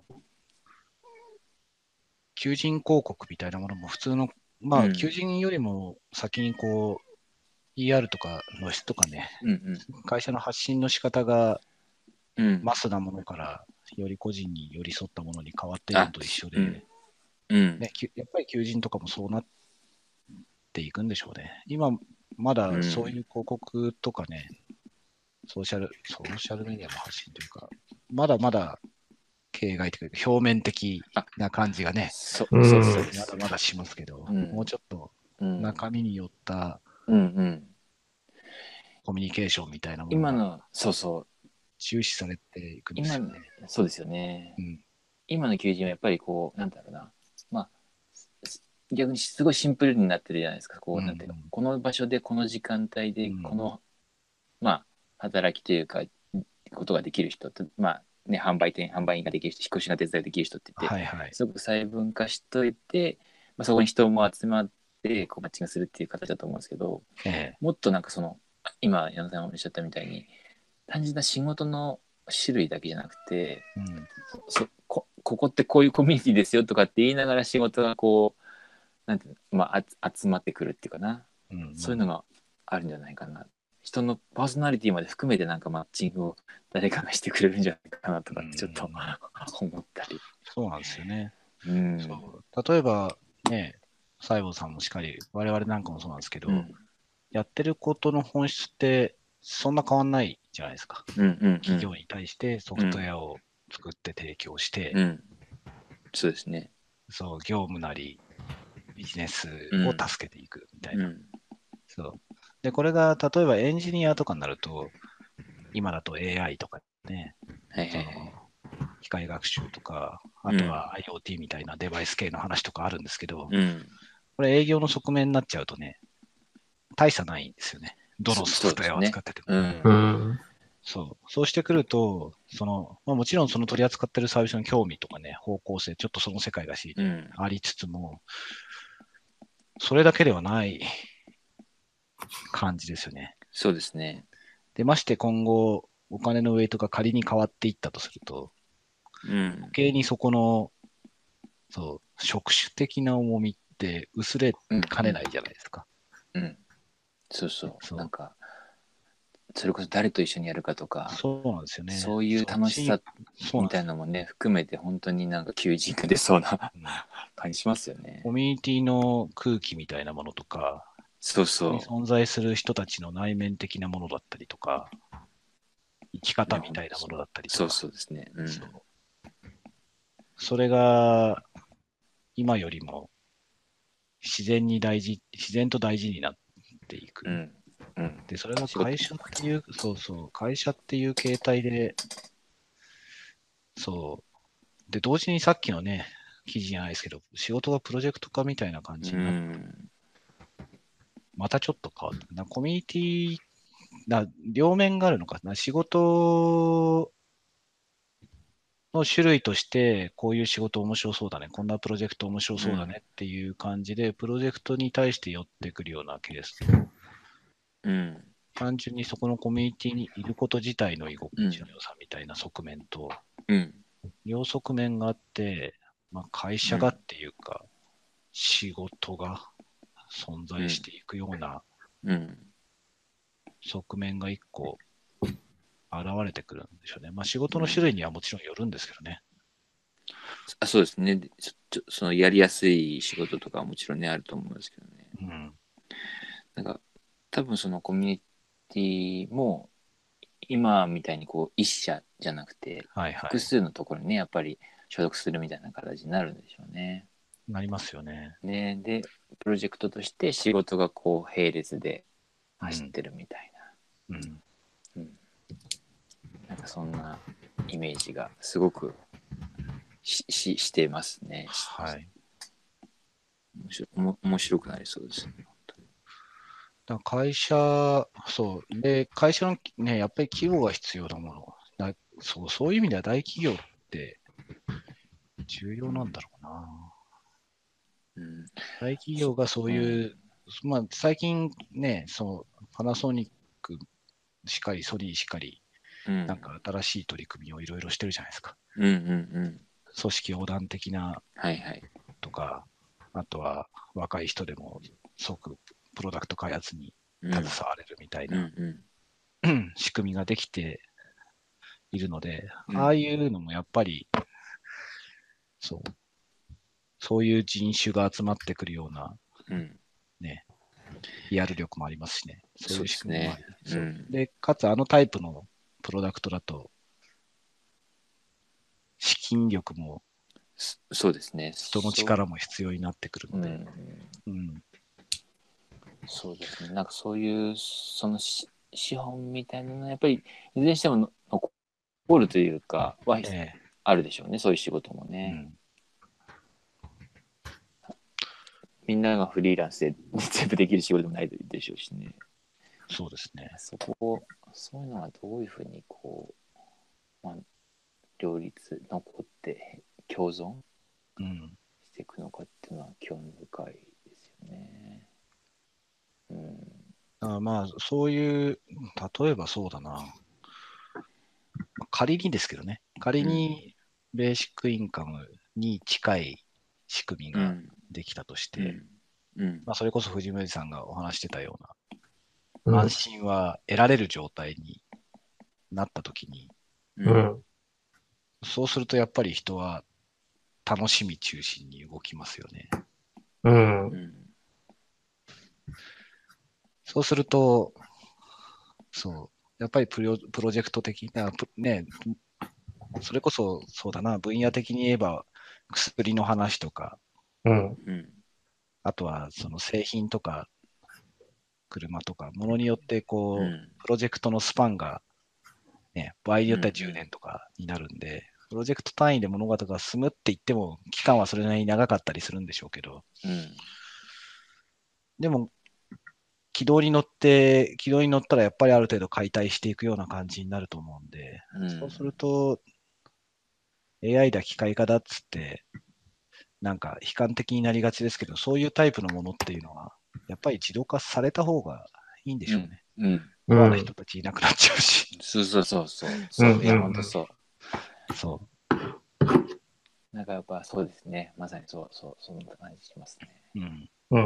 求人広告みたいなものも普通の、まあ、 うん求人よりも先にこう、ピーアール とかの人とかね、 うん会社の発信の仕方がうんうんマスなものからより個人に寄り添ったものに変わっているのと一緒で、 うんうんね、きゅやっぱり求人とかもそうなっていくんでしょうね。今、まだそういう広告とかね、ソーシャル、ソーシャルメディアの発信というか、まだまだ形骸というか表面的な感じがね、 そうんそうそうまだまだしますけど、 うんもうちょっとうん中身によったうんうんコミュニケーションみたいなものが今のそうそう注視されていくんです今よね。 そうですよね、 うん、 今の求人はやっぱりこうなんだろうなまあ逆にすごいシンプルになってるじゃないですかこう、 うんなんていうのこの場所でこの時間帯でうんこの、まあ働きというかことができる人とまあね販売店販売員ができる人引っ越しが手伝いできる人って言って、 はいはい。 すごく細分化しといて、まあ、そこに人も集まってこうマッチングするっていう形だと思うんですけどええ、 もっとなんかその今矢野さんがおっしゃったみたいに単純な仕事の種類だけじゃなくてうんそこここってこういうコミュニティですよとかって言いながら仕事がこうなんていうの、まあ、あ集まってくるっていうかな、 うんうん、 そういうのがあるんじゃないかな人のパーソナリティまで含めてなんかマッチングを誰かがしてくれるんじゃないかなとかってちょっと、 うん思ったり、 そうなんですよね。 うんそう例えばね、西郷さんもしっかり、我々なんかもそうなんですけど、 うんやってることの本質ってそんな変わんないじゃないですか。 うんうんうん、 企業に対してソフトウェアを作って提供して、 うん、そうですね、 そう業務なりビジネスを助けていくみたいな。 うんそうでこれが例えばエンジニアとかになると、今だと エーアイ とかね、 はいはいはい、 その機械学習とか、あとは IoT みたいなデバイス系の話とかあるんですけど、 うん、 これ営業の側面になっちゃうとね、大差ないんですよね。どのソフトウェアを使ってても。 そうですね、 ううんん。 そう。そうしてくると、その、まあ、もちろんその取り扱ってるサービスの興味とかね、方向性、ちょっとその世界がし、 うんありつつも、それだけではない感じですよね。 そうですね、 で、まして今後、お金のウェイトが仮に変わっていったとすると、 うん余計にそこのそう、職種的な重みって薄れかねないじゃないですか。 うん、うん、そうそう、 そうなんか、それこそ誰と一緒にやるかとか、 そうなんですよね。 そういう楽しさみたいなのもね、含めて本当になんか求人が出そうな、うん、感じしますよね。 コミュニティの空気みたいなものとか、 そうそう。 に存在する人たちの内面的なものだったりとか、生き方みたいなものだったりとか。 そうそうですね。うん、 そうそれが今よりも自然に大事、自然と大事になっていく。 うんうん、 で、それが会社っていう、そうそう、会社っていう形態で、そう。で、同時にさっきのね、記事じゃないですけど、仕事がプロジェクト化みたいな感じになって、うん、またちょっと変わった。なコミュニティな、両面があるのかな。仕事の種類として、こういう仕事面白そうだね、こんなプロジェクト面白そうだねっていう感じで、うん、プロジェクトに対して寄ってくるようなケース。 うん、 単純にそこのコミュニティにいること自体の居心地の良さみたいな側面と、うん、両側面があって、まあ、会社がっていうか、うん、仕事が存在していくような側面が一個現れてくるんでしょうね。まあ、仕事の種類にはもちろんよるんですけどね。 あ、そうですね。ちょそのやりやすい仕事とかはもちろんね、あると思うんですけどね。うん、なんか、多分そのコミュニティも、今みたいにこう一社じゃなくて、はいはい、複数のところにね、やっぱり所属するみたいな形になるんでしょうね。 なりますよね。 ね、で、プロジェクトとして仕事がこう並列で走ってるみたいな。うん。うん、なんかそんなイメージがすごくしししてますね。 はい。 面白おも面白くなりそうですね。 だ会社、そう。で、会社のね、やっぱり規模が必要なもの。だそう、そういう意味では大企業って重要なんだろうな。うん、大企業がそういう、うん、まあ最近ね、そう、パナソニックしかり、ソニーしかり、うん、なんか新しい取り組みをいろいろしてるじゃないですか。 うんうんうん。 組織横断的なとか、はいはい、あとは若い人でも即プロダクト開発に携われるみたいな、うんうん、仕組みができているので、うん、ああいうのもやっぱり、そう、そういう人種が集まってくるような、うん、ね、ピーアール 力もありますしね、そういう仕組みもあり、そうですね。そう。で、かつあのタイプのプロダクトだと、資金力も、 そうですね。 人の力も必要になってくるので、うんうん、そうですね。なんかそういう、その資本みたいなのは、やっぱり、いずれにしても残るというか、は、ええ、あるでしょうね。そういう仕事もね。うん、みんながフリーランスで全部できる仕事でもないでしょうしね。 そうですね。 そこ、そういうのがどういうふうにこう、まあ、両立残って共存していくのかっていうのは興味深いですよね。 うん、あまあそういう例えばそうだな仮にですけどね仮にベーシックインカムに近い仕組みができたとして、うんうんまあ、それこそ藤森さんがお話してたような安心は得られる状態になったときに、うん、そうするとやっぱり人は楽しみ中心に動きますよね。 うん。うん、 そうすると、そう、やっぱりプロ、プロジェクト的な、ね、それこそそうだな、分野的に言えば薬の話とか、 うん、 あとはその製品とか車とか、ものによってこう、うん、プロジェクトのスパンが、ね、場合によってはじゅうねんとかになるんで、うんうん、プロジェクト単位で物事が進むって言っても、期間はそれなりに長かったりするんでしょうけど、うん、でも、軌道に乗って、軌道に乗ったらやっぱりある程度解体していくような感じになると思うんで、うん、そうすると、エーアイ だ、機械化だっつって、なんか悲観的になりがちですけど、そういうタイプのものっていうのは、やっぱり自動化された方がいいんでしょうね。うん。嫌、うん、な人たちいなくなっちゃうし。 そうそうそうそう。そう、うん、いや、ほんとそう。 そう。 なんかやっぱそうですね。まさにそうそう、そんな感じしますね。 うん。 うん。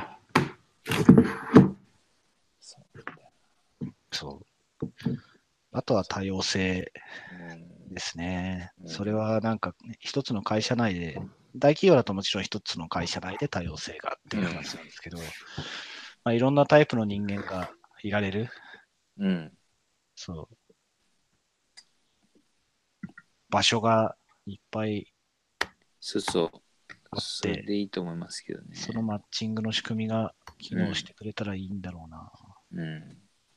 そうそう。あとは多様性うんですね。 うんそれはなんか一つの会社内で、大企業だともちろん一つの会社内で多様性がっていう話なんですけど、まあ、いろんなタイプの人間がいられる。 うん。 そう。場所がいっぱいそうそう。 あっそれて、 でいいと思いますけどね。 そのマッチングの仕組みが機能してくれたらいいんだろうな。 うん。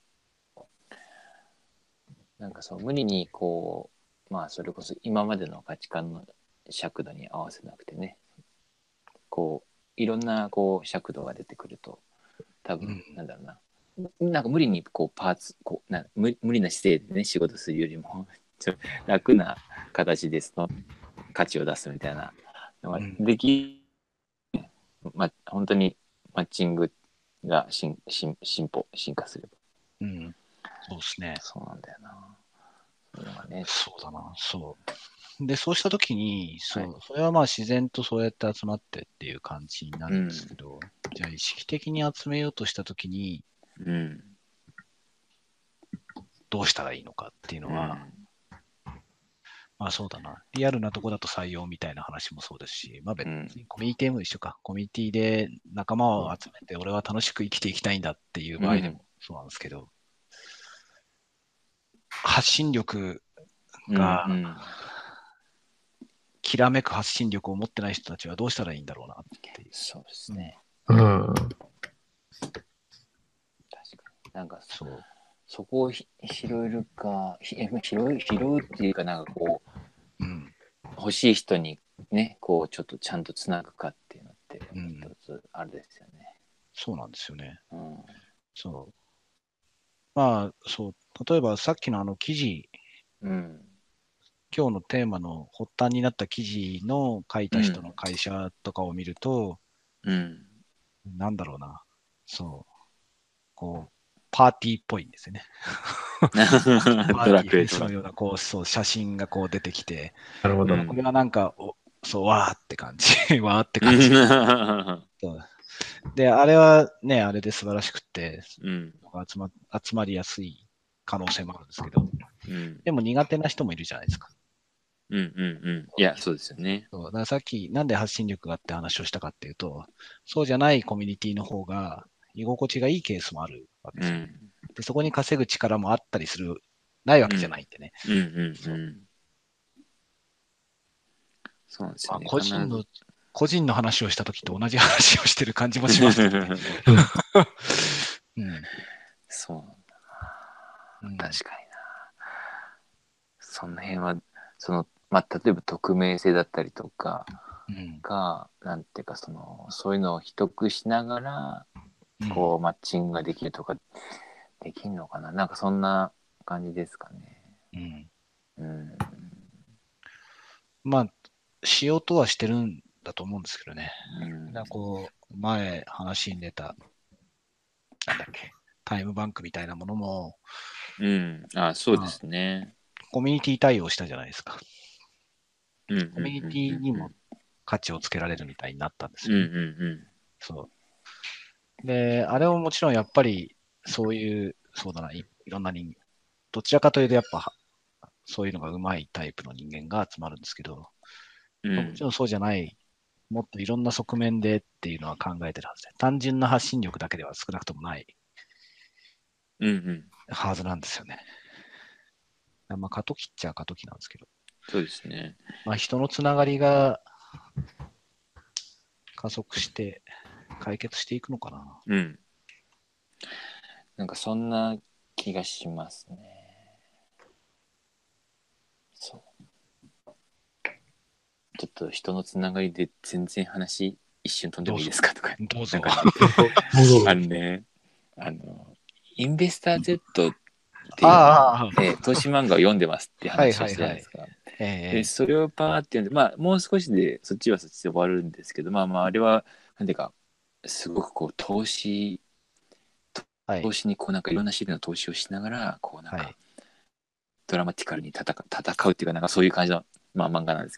なんかそう、無理にこう、まあそれこそ今までの価値観の尺度に合わせなくてね、こう、いろんなこう尺度が出てくると、多分、 うんなんだろうな。なんか無理にこうパーツこうな無無理な姿勢でね仕事するよりもちょっと楽な形でその価値を出すみたいなのがうんでき、ま、本当にマッチングが進進進歩進化すればうん。そうですね。 そうなんだよな。そういうのがね。 そうだな。そう。で、そうしたときに、そう、 はいそれはまあ自然とそうやって集まってっていう感じになるんですけど、じゃあ意識的に集めようとしたときに、 うんどうしたらいいのかっていうのうは、 んまあそうだな。リアルなとこだと採用みたいな話もそうですし、まあ別うんにコミュニティも一緒か。コミュニティで仲間を集めて、俺は楽しく生きていきたいんだっていう場合でもそうなんですけど、発信力がうんうんきらめく発信力を持ってない人たちはどうしたらいいんだろうなっていう。 そうですね、 うん。 確かになんかそそう。 そこをひ拾えるかひえ拾う拾うっていうかなんかこううん。 欲しい人にねこうちょっとちゃんとつなぐかっていうのってうん一つあれですよね。 そうなんですよね。 うんそう。まあ、そう。例えばさっきのあの記事、 うん今日のテーマの発端になった記事の書いた人の会社とかを見ると、 うんなんだろうな。そう。こう、パーティーっぽいんですよね。パドーラティーフェイスクエとかのような、こう、そう、写真がこう出てきて、 なるほど。 うんこれはなんか、おそう、わーって感じ。わーって感じ。そうで、あれはね、あれで素晴らしくって、 うん集ま集まりやすい可能性もあるんですけど、 うんでも苦手な人もいるじゃないですか。 うんうんうんいやそうですよね。 そうだからさっき、なんで発信力があって話をしたかっていうと、そうじゃないコミュニティの方が居心地がいいケースもあるわけですよ。 うんで、そこに稼ぐ力もあったりする、ないわけじゃないんでね。 うんうんそううんそうなんですまあ、 よね。 個人の必ず、 個人の話をしたときと同じ話をしてる感じもしますけどね。うんそうなんだうん確かにな。その辺はそのまあ例えば匿名性だったりとかうんがなんていうかそのそういうのを秘匿しながらうんこうマッチングができるとかできるのかな、なんかそんな感じですかね。 うんうんまあ、しようとはしてるんだと思うんですけどね。 うんだからこう、前話に出た、なんだっけ、タイムバンクみたいなものも、 うんあそうですね。 コミュニティ対応したじゃないですか。 うんうんコミュニティにも価値をつけられるみたいになったんですうんうよね。 んそう。で、あれももちろんやっぱり、そういう、そうだな、いいろんな人間、どちらかというとやっぱ、そういうのがうまいタイプの人間が集まるんですけど、 うんうんもちろんそうじゃない、もっといろんな側面でっていうのは考えてるはずで、単純な発信力だけでは少なくともないうんうんはずなんですよね。まあ、過渡期っちゃ過渡期なんですけど、 そうですね。 まあ、人のつながりが加速して解決していくのかな。 うんなんかそんな気がしますね。そうちょっと人のつながりで全然話一瞬飛んでもいいですかとかどうぞ。 なんか戻ある。 のねあのインベスター Z っていう、 ああ、 えー投資漫画を読んでますっていう話をしたじゃないですか。 ええでそれをパーって読んでまあもう少しでそっちはそっちで終わるんですけどまあまああれはなんていうかすごくこう投資はい投。資にこうなんかいろんな種類の投資をしながらこうなんかはい。 ドラマティカルに戦う戦うっていうかなんかそういう感じの、まあ、漫画なんですけど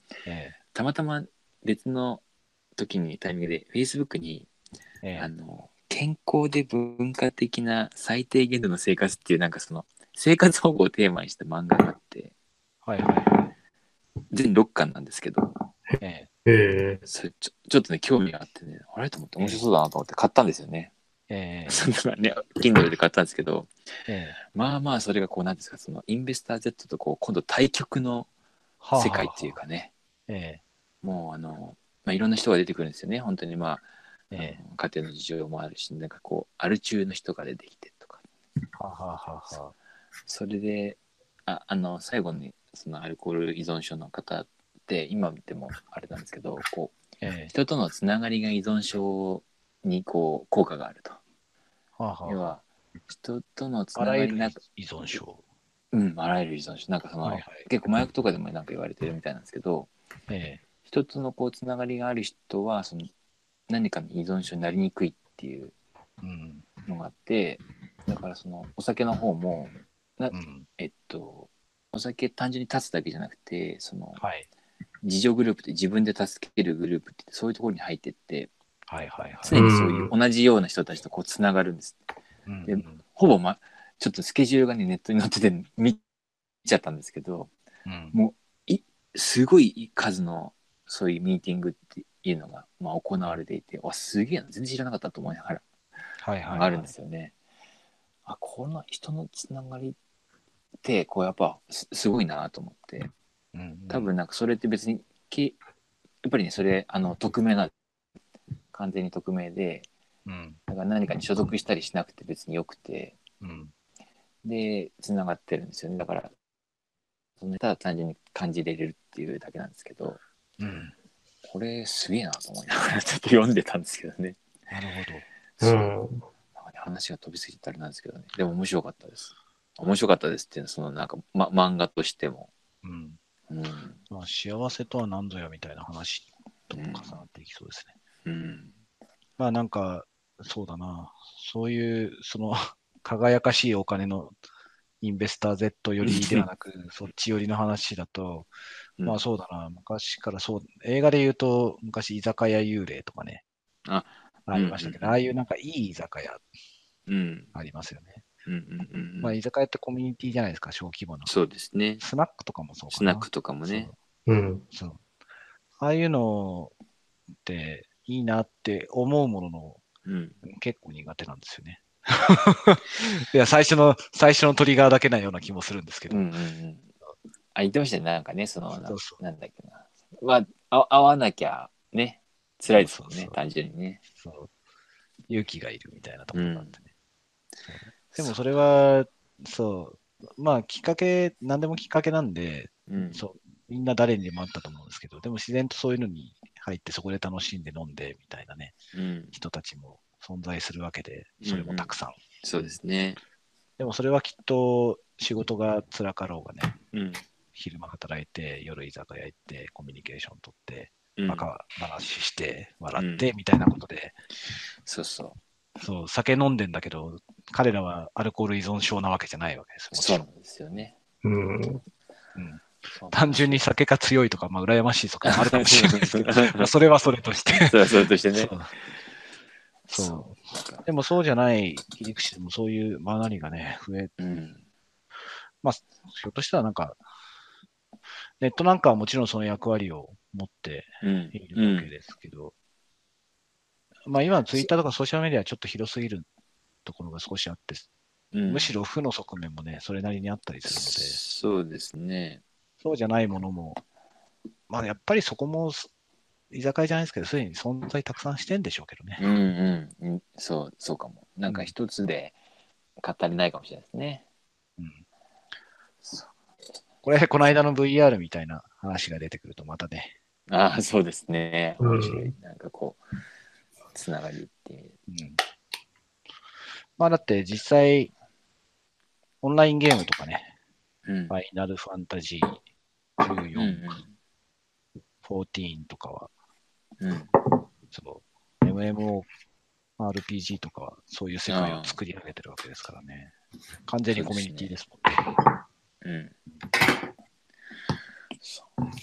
ええたまたま別の時にタイミングで Facebook に、 ええあの健康で文化的な最低限度の生活っていうなんかその生活保護をテーマにした漫画があって、 はいはいはい。 全ろっかんなんですけど、 えええそれちょちょっとね興味があってね、あれと思って面白そうだなと思って買ったんですよね。 ええそんなね Kindle で買ったんですけど、 ええまあまあそれがこうなんですか、そのインベスター Z とこう今度対極のはあはあはあ世界っていうかね、 えもうあの、まあ、いろんな人が出てくるんですよね。本当にまあ、 えええあの家庭の事情もあるし、なんかこうアル中の人が出てきてとか、 はあはあはあはあそれでああの最後にそのアルコール依存症の方って今見てもあれなんですけど、こうええ人とのつながりが依存症にこう効果があると。 はあはあは要は人とのつあ。あらゆるながりなく、 依存症。 うん、あらゆる依存症、なんかその、 はいはい。 結構麻薬とかでもなんか言われてるみたいなんですけど、 ええ人とのこうつながりがある人はその何かの依存症になりにくいっていううんのがあって、だからそのお酒の方もなうんえっとお酒単純に立つだけじゃなくて、そのはい自助グループって自分で助けるグループってそういうところに入ってってはいはいはい。 常にそういう同じような人たちとこうつながるんです。でうんうんほぼ、ま、ちょっとスケジュールがねネットに載ってて見ちゃったんですけど、 うんもういすごい数のそういうミーティングっていうのが、まあ、行われていて、わすげえな、全然知らなかったと思いながらはいはいあるんはい。 ですよね。あ、この人のつながりってこうやっぱすすごいなと思って、 うんうん多分なんかそれって別にきやっぱりねそれあの匿名な完全に匿名で、 うんだから何かに所属したりしなくて別によくて、 うんでつながってるんですよね。だからそのただ単純に感じれるっていうだけなんですけど、 うんこれすげえなと思いながらちょっと読んでたんですけどね。 なるほど。 うそう、 ん。 なんかね話が飛びすぎたらなんですけどね。でも面白かったです。面白かったですっていうのはそのなんか、ま、漫画としても。 うんうん。 まあ、幸せとは何ぞやみたいな話とも重なっていきそうですね。 うん。 まあなんか、そうだな。そういう、その、輝かしいお金のインベスター Z 寄りではなく、そっち寄りの話だと、 うんまあそうだな。昔からそう、映画で言うと、昔居酒屋幽霊とかね、 あ、 ありましたけど、 うんうんうんああいうなんかいい居酒屋うんありますよね。 うんうんうんうん。 まあ居酒屋ってコミュニティじゃないですか、小規模な。 そうですね。 スナックとかもそうかな。 スナックとかもね。 そううん。 そう。ああいうのっていいなって思うものの、 うん。 結構苦手なんですよね。いや、最初の、最初のトリガーだけなような気もするんですけど。 うんうんうん。あ、言ってましたね。なんかね、その、なそうそうなんだっけな。まあ、あ会わなきゃね、辛いですもんね、 そうそうそう単純にね。 そう。勇気がいるみたいなとこうんろがあってね。そうでもそれは、そう、まあきっかけ、何でもきっかけなんで、 うん。 そう、みんな誰にでもあったと思うんですけど、でも自然とそういうのに入ってそこで楽しんで飲んでみたいなね、 うん。 人たちも存在するわけで、それもたくさん。 そうですね。 でもそれはきっと仕事が辛かろうがね、 うん。 昼間働いて、夜居酒屋行って、コミュニケーション取って、 うん。 バカ話して、笑っうて、みたいなことで、 そうそう。 そう、酒飲んでんだけど、彼らはアルコール依存症なわけじゃないわけです。もちろん。 そうなんですよね。 うん。 うん、 そう単純に酒が強いとか、まあ、羨ましいとかもあるかもしれないですけど、まあそれはそれとして。 それはそれとしてね。 そうそうなんかでもそうじゃない切り口でもそういう学びがね、増え、 うん。 まあ、ひょっとしたらなんか、ネットなんかはもちろんその役割を持ってうんいるわけですけど、まあ今のツイッターとかソーシャルメディアはちょっと広すぎるところが少しあって、 うん、 むしろ負の側面もね、それなりにあったりするので、 そうですね。 そうじゃないものも、まあやっぱりそこも居酒屋じゃないですけど、すでに存在たくさんしてんでしょうけどね。 うんうんうん。そう、そうかも。なんか一つで語りないかもしれないですね。 うん、 そうこれ、この間の ブイアール みたいな話が出てくるとまたね。 ああ、そうですね。 うん面白い。なんかこう、つながりっていう。 うん、まあだって実際、オンラインゲームとかね、 うん。 ファイナルファンタジーじゅうよん、 うんじゅうよんとかは、 うん。うん。 そう、エムエムオーアールピージー とかはそういう世界を作り上げてるわけですからね。完全にコミュニティですもんね。 うん。そう。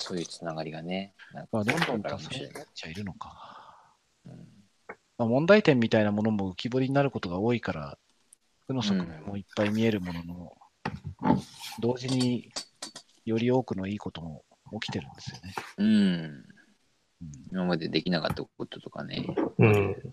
そういうつながりがね、なんかまあ、どんどんから多層になっちゃいるのか。 うんまあ、問題点みたいなものも浮き彫りになることが多いから、負の側面もいっぱい見えるものの、同時により多くのいいことも起きてるんですよね。 うん、 うん、 今までできなかったこととかね、 うん。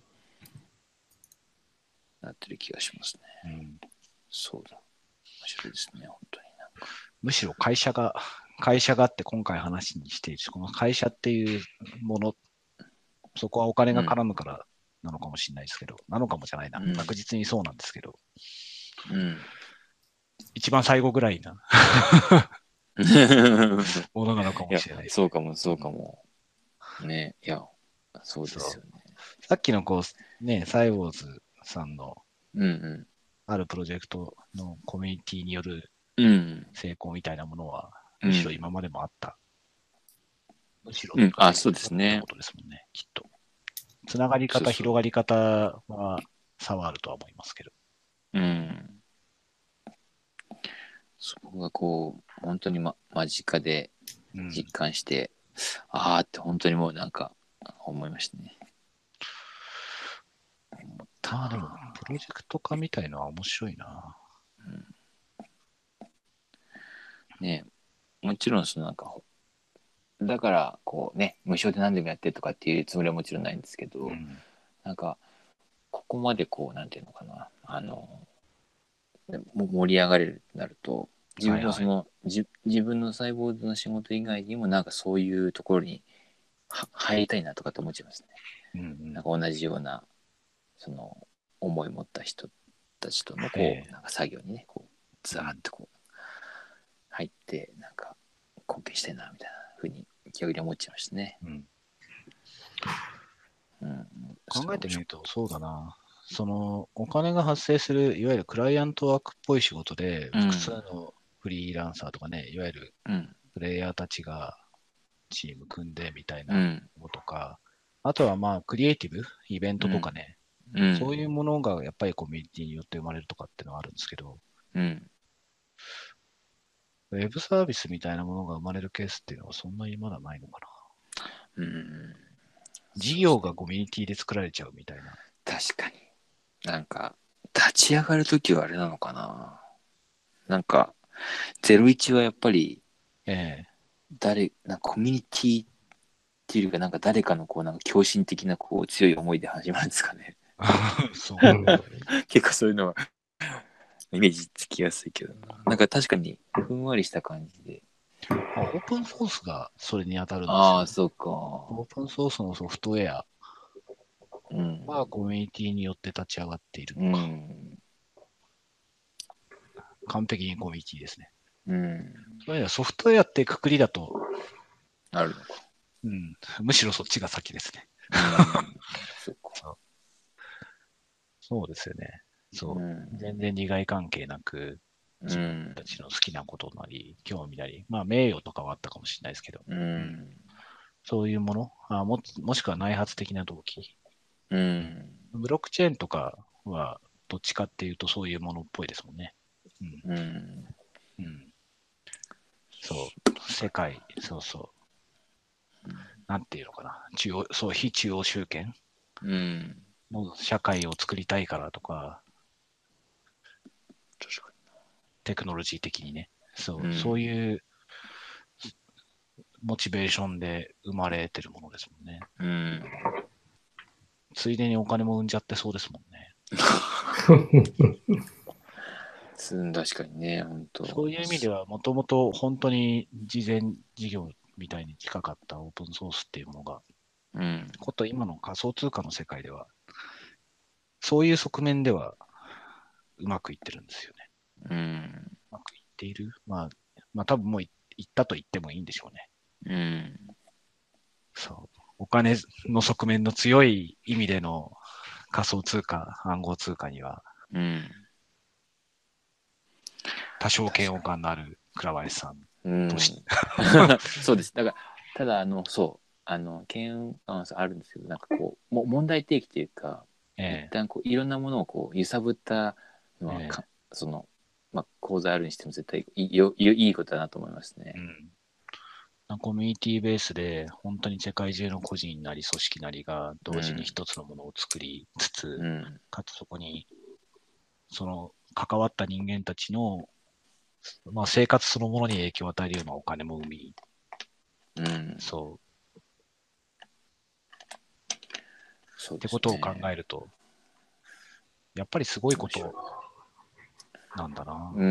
なってる気がしますね。 うん、 そうだ。面白いですね、本当になんか。 むしろ会社が、会社がって今回話にしているし、この会社っていうもの、そこはお金が絡むからなのかもしれないですけど、なのかもじゃないな、 うん確実にそうなんですけど、 うん。 一番最後ぐらいなものなのかいやもしれないです。 そうかもそうかも、ね、いやそうですよね。 さっきのこう、ね、サイボーズさんのうんうんあるプロジェクトのコミュニティによるうん成功みたいなものは、 うんむしろ今までもあった。むしろ、 うん、あそうですねってことですもんね、きっと。つながり方、 そうそう広がり方は差はあるとは思いますけど。 うんそこがこう本当に、ま、間近でうん、 実感して、ああって本当にもうなんか思いましたね。 まあでも、プロジェクト化みたいのは面白いな。 ねもちろんそのなんかだからこうね無償で何でもやってとかっていうつもりはもちろんないんですけど、 うん、 なんかここまでこうなんていうのかなあのも盛り上がれるってなると自分もその、 はいはい、 じ自分のサイボーズの仕事以外にもなんかそういうところには入りたいなとかって思っちゃいますね。 うんうん、 なんか同じようなその思い持った人たちとのこう、 ええなんか作業にねこうザーってこう入ってなんか貢献したいなみたいな風に逆に思っちゃいましたね。 うん、 うん、 考えてみると、そうだな。その、お金が発生する、いわゆるクライアントワークっぽい仕事で、 うん複数のフリーランサーとかね、いわゆるうんプレイヤーたちがチーム組んでみたいなうんものとか、あとはまあ、クリエイティブ、イベントとかね、 うんそういうものがやっぱりコミュニティによって生まれるとかっていうのはあるんですけど、 うんウェブサービスみたいなものが生まれるケースっていうのはそんなにまだないのかな。 うん事業がコミュニティで作られちゃうみたいな。 確かになんか立ち上がるときはあれなのかななんかゼロイチはやっぱりええ。 誰なんかコミュニティっていうよりかなんか誰かのこうなんか狂信的なこう強い思いで始まるんですかね。 そう。 うん結構そういうのはイメージつきやすいけどな。なんか確かにふんわりした感じで。 まあオープンソースがそれに当たるんですよ、 ああ、そうか。 オープンソースのソフトウェアうん。 はコミュニティによって立ち上がっているうのか。 ん。 完璧にコミュニティですね。 うん。 そういうのはソフトウェアってくくりだと、 あるのか。 うん、むしろそっちが先ですね。 うん。そうか。 そうですよね。そう。 うん。 全然利害関係なく、自分たちの好きなことなり、興味なり、まあ名誉とかはあったかもしれないですけど、 うん。 そういうもの、あももしくは内発的な動機。 うん。 ブロックチェーンとかはどっちかっていうとそういうものっぽいですもんね。うん。 うん。 うん、そう。世界、そうそう。なんていうのかな。中央、そう、非中央集権うん。 の社会を作りたいからとか、 確かテクノロジー的にね。そう、 うんそういうモチベーションで生まれてるものですもんね。 に。うん。 ついでにお金も生んじゃってそうですもんね。 うん確かにね、本当。 そういう意味では、もともと本当に事前事業みたいに近かったオープンソースっていうものが、 うん。 こと今の仮想通貨の世界では、そういう側面ではうまくいってるんですよね。 うん。 うまくいっているまあ、まあ多分もういいったと言ってもいいんでしょうね。 うん。 そう。お金の側面の強い意味での仮想通貨、暗号通貨には、 うん。 多少嫌悪感のある倉林さんうんとして。 そうです。だから、ただ、あの、そう、あの、嫌悪感はあるんですけど、なんかこう、も問題提起というか、 え一旦こういろんなものをこう揺さぶったのはえか、その、まあ、講座あるにしても絶対いいよいいことだなと思いますね。 うん。 コミュニティベースで本当に世界中の個人なり組織なりが同時に一つのものを作りつつ、 うん、 かつそこにその関わった人間たちの、まあ、生活そのものに影響を与えるようなお金も生み、 うん、 そう。 そうですね。 ってことを考えると、やっぱりすごいことなんだな。 うん、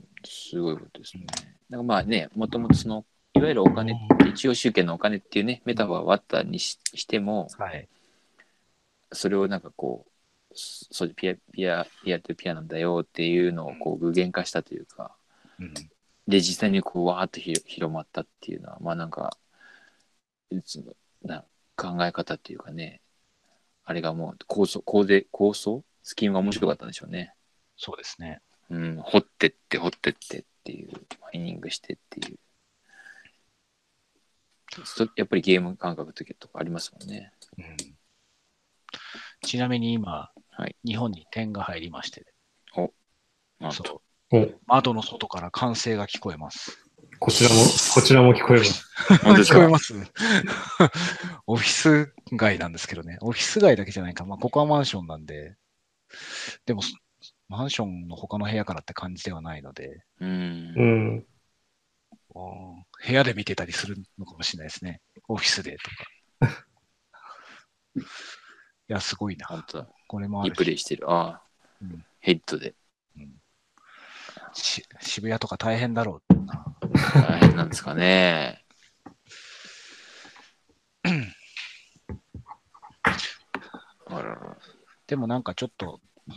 すごいことですね。なんかまあね、もともとその、いわゆるお金って、一応集権のお金っていうね、メタファーはあったに し, しても、 はい。 それをなんかこう、そうピアピアピアとピアなんだよっていうのをこう具現化したというか、 うん、 で実際にこうわーっとひ広まったっていうのは、まあなんか、そのな考え方っていうかね、あれがもう構想、構成、構想スキームが面白かったんでしょうね。 そうですね。 うん、掘ってって掘ってってっていう、マイニングしてっていう。そやっぱりゲーム感覚とかありますもんね。 うん、ちなみに今、 はい。 日本に点が入りまして、 お、なんと。 そうお窓の外から歓声が聞こえます。 こちらも、こちらも聞こえます。 本当ですか？ 聞こえますオフィス街なんですけどね。オフィス街だけじゃないか。まあ、ここはマンションなんで、でも、マンションの他の部屋からって感じではないので、 う。 うんん。 部屋で見てたりするのかもしれないですね。オフィスでとか。いや、すごいな。 本当だ。 これもあいいるし、 プレイしてる。ああ、 うん、 ヘッドで。 うんし。渋谷とか大変だろうな。 大変なんですかね。あらら。 でもなんかちょっと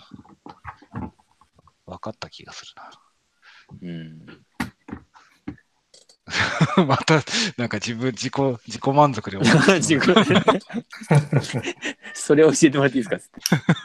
分かった気がするな。 うん。 また、なんか自分、自己、自己満足で思う。 自分それ教えてもらっていいですか？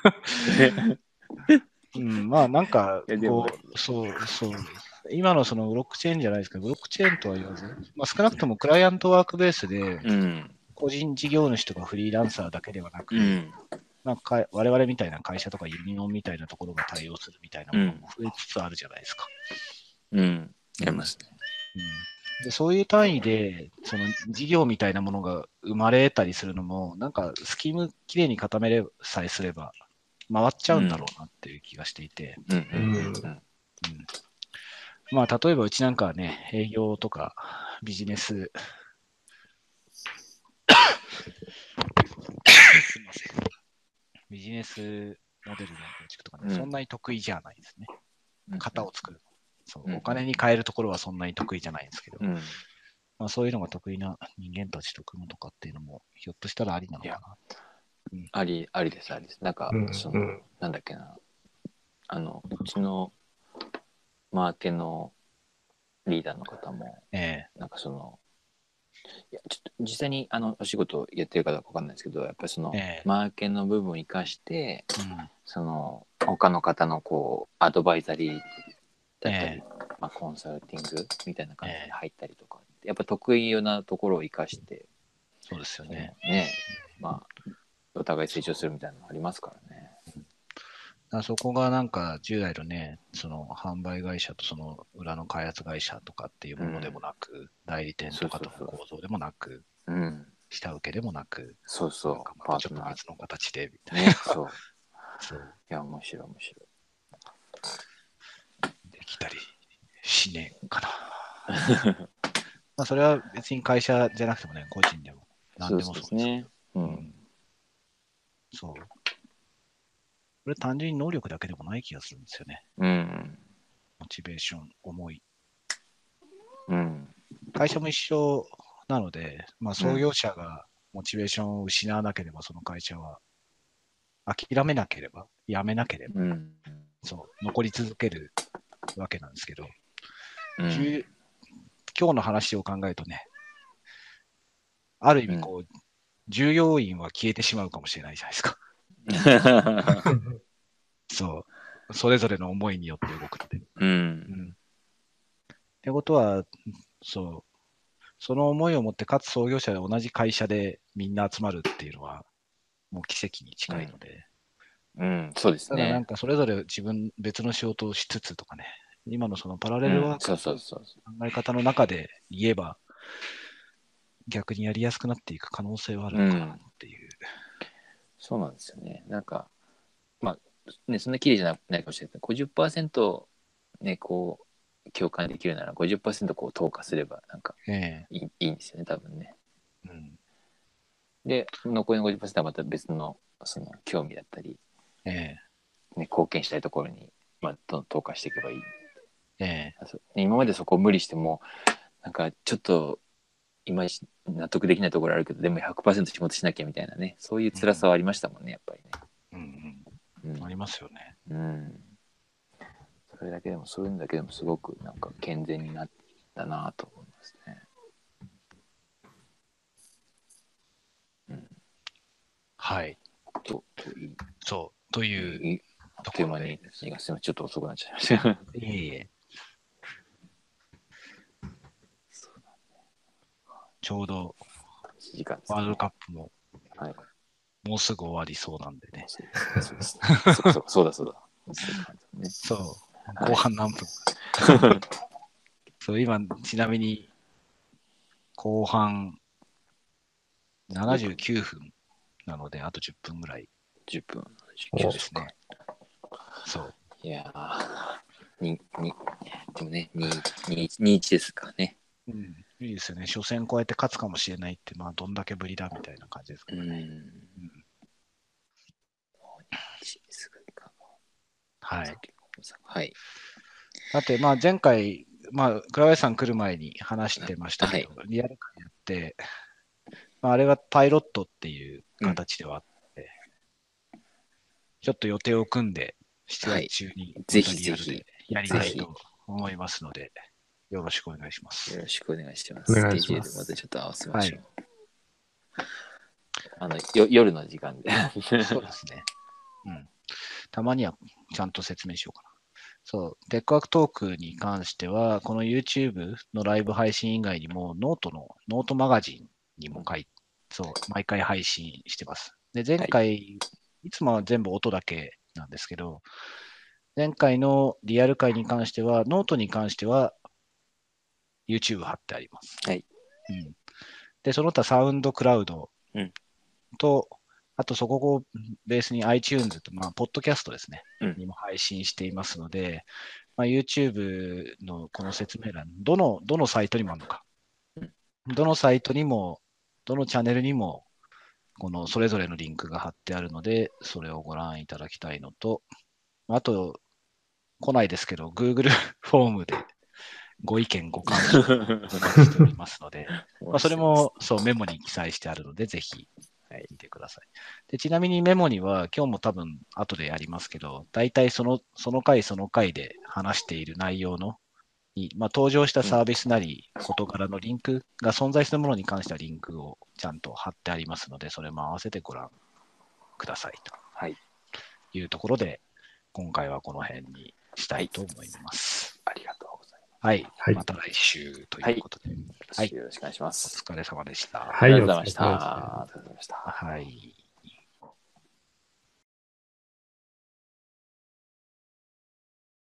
うん、まあなんかいやでもこう、そうそう、今のそのブロックチェーンじゃないですか、ブロックチェーンとは言わず、まあ、少なくともクライアントワークベースで、 うん。 個人事業主とかフリーランサーだけではなく、 うん。 なんか我々みたいな会社とかユニオンみたいなところが対応するみたいなものも増えつつあるじゃないですか。 うん。やりますね。 うん、でそういう単位で、その事業みたいなものが生まれたりするのも、なんかスキームきれいに固めれさえすれば、回っちゃうんだろうなっていう気がしていて、 うんうんうんうん。 うんまあ、例えばうちなんかはね、営業とかビジネス、すみません。ビジネスモデルの構築とかね、 うんそんなに得意じゃないですね。 うん型を作る。そううんお金に変えるところはそんなに得意じゃないんですけど、 うん。 まあ、そういうのが得意な人間たちと組むとかっていうのも、ひょっとしたらありなのかな。 あり、ありです、ありです。なんかう、んその、 うんなんだっけな。あの、うちのマーケのリーダーの方も、 えなんかその、いや、ちょっと実際にあのお仕事やってるかどうかわかんないですけど、やっぱりその、 えええマーケの部分を生かして、 うんその、他の方のこう、アドバイザリーだったり、 えまあ、コンサルティングみたいな感じで入ったりとか、やっぱ得意なところを生かして、 そうですよそのね。 ね、まあ、お互い成長するみたいなのありますからね。 だからそこがなんか従来のね、その販売会社とその裏の開発会社とかっていうものでもなく、代理店とかとの構造でもなく、 うん。 下請けでもなく、 そうそうなんか、またちょっとパートナー。 別の形でみたいな。 ね、そう。 そういや、面白い、面白い。 できたりしねえかな。まあそれは別に会社じゃなくてもね、個人でも何でもそうですね。う。 うんん。そう。これ単純に能力だけでもない気がするんですよね。 うん。 モチベーション、思い。 うん。 会社も一緒なので、まあ創業者がモチベーションを失わなければ、その会社は諦めなければ、やめなければ、 うん。 そう、残り続けるわけなんですけど、 うん。 じゅう今日の話を考えるとね、ある意味こう、従業員は消えてしまうかもしれないじゃないですか。そう。それぞれの思いによって動くって。 う。 うんん。ってことは、そう。その思いを持って、かつ創業者で同じ会社でみんな集まるっていうのは、もう奇跡に近いので。 うん、そうですただなんね。 かそれぞれ自分、別の仕事をしつつとかね、今のそのパラレルうん、 ワークのそうそうそうそ考え方の中で言えば、 逆にやりやすくなっていく可能性はあるのかなっていう。うん、 そうなんですよね。なんか、まあ、ね、そんな綺麗じゃないかもしれないけど、ごじゅっパーセントね、こう、共感できるならごじゅっパーセントこう投下すれば、なんかいい、えー、いいんですよね、多分ね。うん、で、残りの ごじゅっパーセント はまた別の、その、興味だったり、えーね、貢献したいところに、まあ、どんどん投下していけばいい。えー、今までそこを無理しても、なんかちょっと、いまいち納得できないところあるけど、でも ひゃくパーセント 仕事しなきゃみたいなね、そういう辛さはありましたもんね、やっぱりね。 うんうんうん、ありますよね。 うん。それだけでも、そういうのだけでもすごくなんか健全になったなと思いますね。 うん、はい。 と、といい。 そう、という。 あっという間に、すみません、ちょっと遅くなっちゃいました。いえいえ。 ちょうどワールドカップももうすぐ終わりそうなんでね。 そうですね。そうそうそうだそうだ。 そう、後半何分そう、今、ちなみに後半ななじゅうきゅうふんなので、あとじゅっぷんぐらい。 じゅっぷん。 じゅうきゅうですね。そう。 いやー、に、に、でもね、に、に、にいちですかね。 うん、いいですよね。初戦超えて勝つかもしれないって、まあ、どんだけぶりだみたいな感じですからね。うん。うん、はい。 はい。 だって、まあ、前回、まあ、倉林さん来る前に話してましたけど、はい、リアル会やって、まあ、あれはパイロットっていう形ではあって、うん、ちょっと予定を組んで、しちがつ中にぜひぜひやりたいと思いますので、よろしくお願いします。 よろしくお願いします。スケジュールまたちょっと合わせましょう。はい、あのよ夜の時間で。 そうですね。うん。たまにはちゃんと説明しようかな。そう。テックワークトークに関しては、この YouTube のライブ配信以外にも、ノートの、ノートマガジンにも書いて、そう、毎回配信してます。で、前回、はい、いつもは全部音だけなんですけど、前回のリアル会に関しては、ノートに関しては、YouTube 貼ってあります。 はい。 うん、で、その他サウンドクラウドと、うん、あとそこをベースに iTunes と、まあ、ポッドキャストですね、うん、にも配信していますので、まあ、YouTube のこの説明欄、どの、どのサイトにもあるのか。うん、どのサイトにも、どのチャンネルにも、このそれぞれのリンクが貼ってあるので、それをご覧いただきたいのと、あと、来ないですけど、Google フォームでご意見、ご感想をお待ちしておりますので、まあそれもそうメモに記載してあるので、ぜひ見てください。でちなみにメモには、今日も多分後でやりますけど、大体そのその回その回で話している内容の、まあ、登場したサービスなり、事柄のリンクが存在するものに関してはリンクをちゃんと貼ってありますので、それも合わせてご覧くださいというところで、今回はこの辺にしたいと思います。 はい、ありがとうございます。 はい。はい、また来週ということで。 はい。よろしくお願いします。 お疲れ様でした。 はい。ありがとうございました。ありがとうございました。 はい。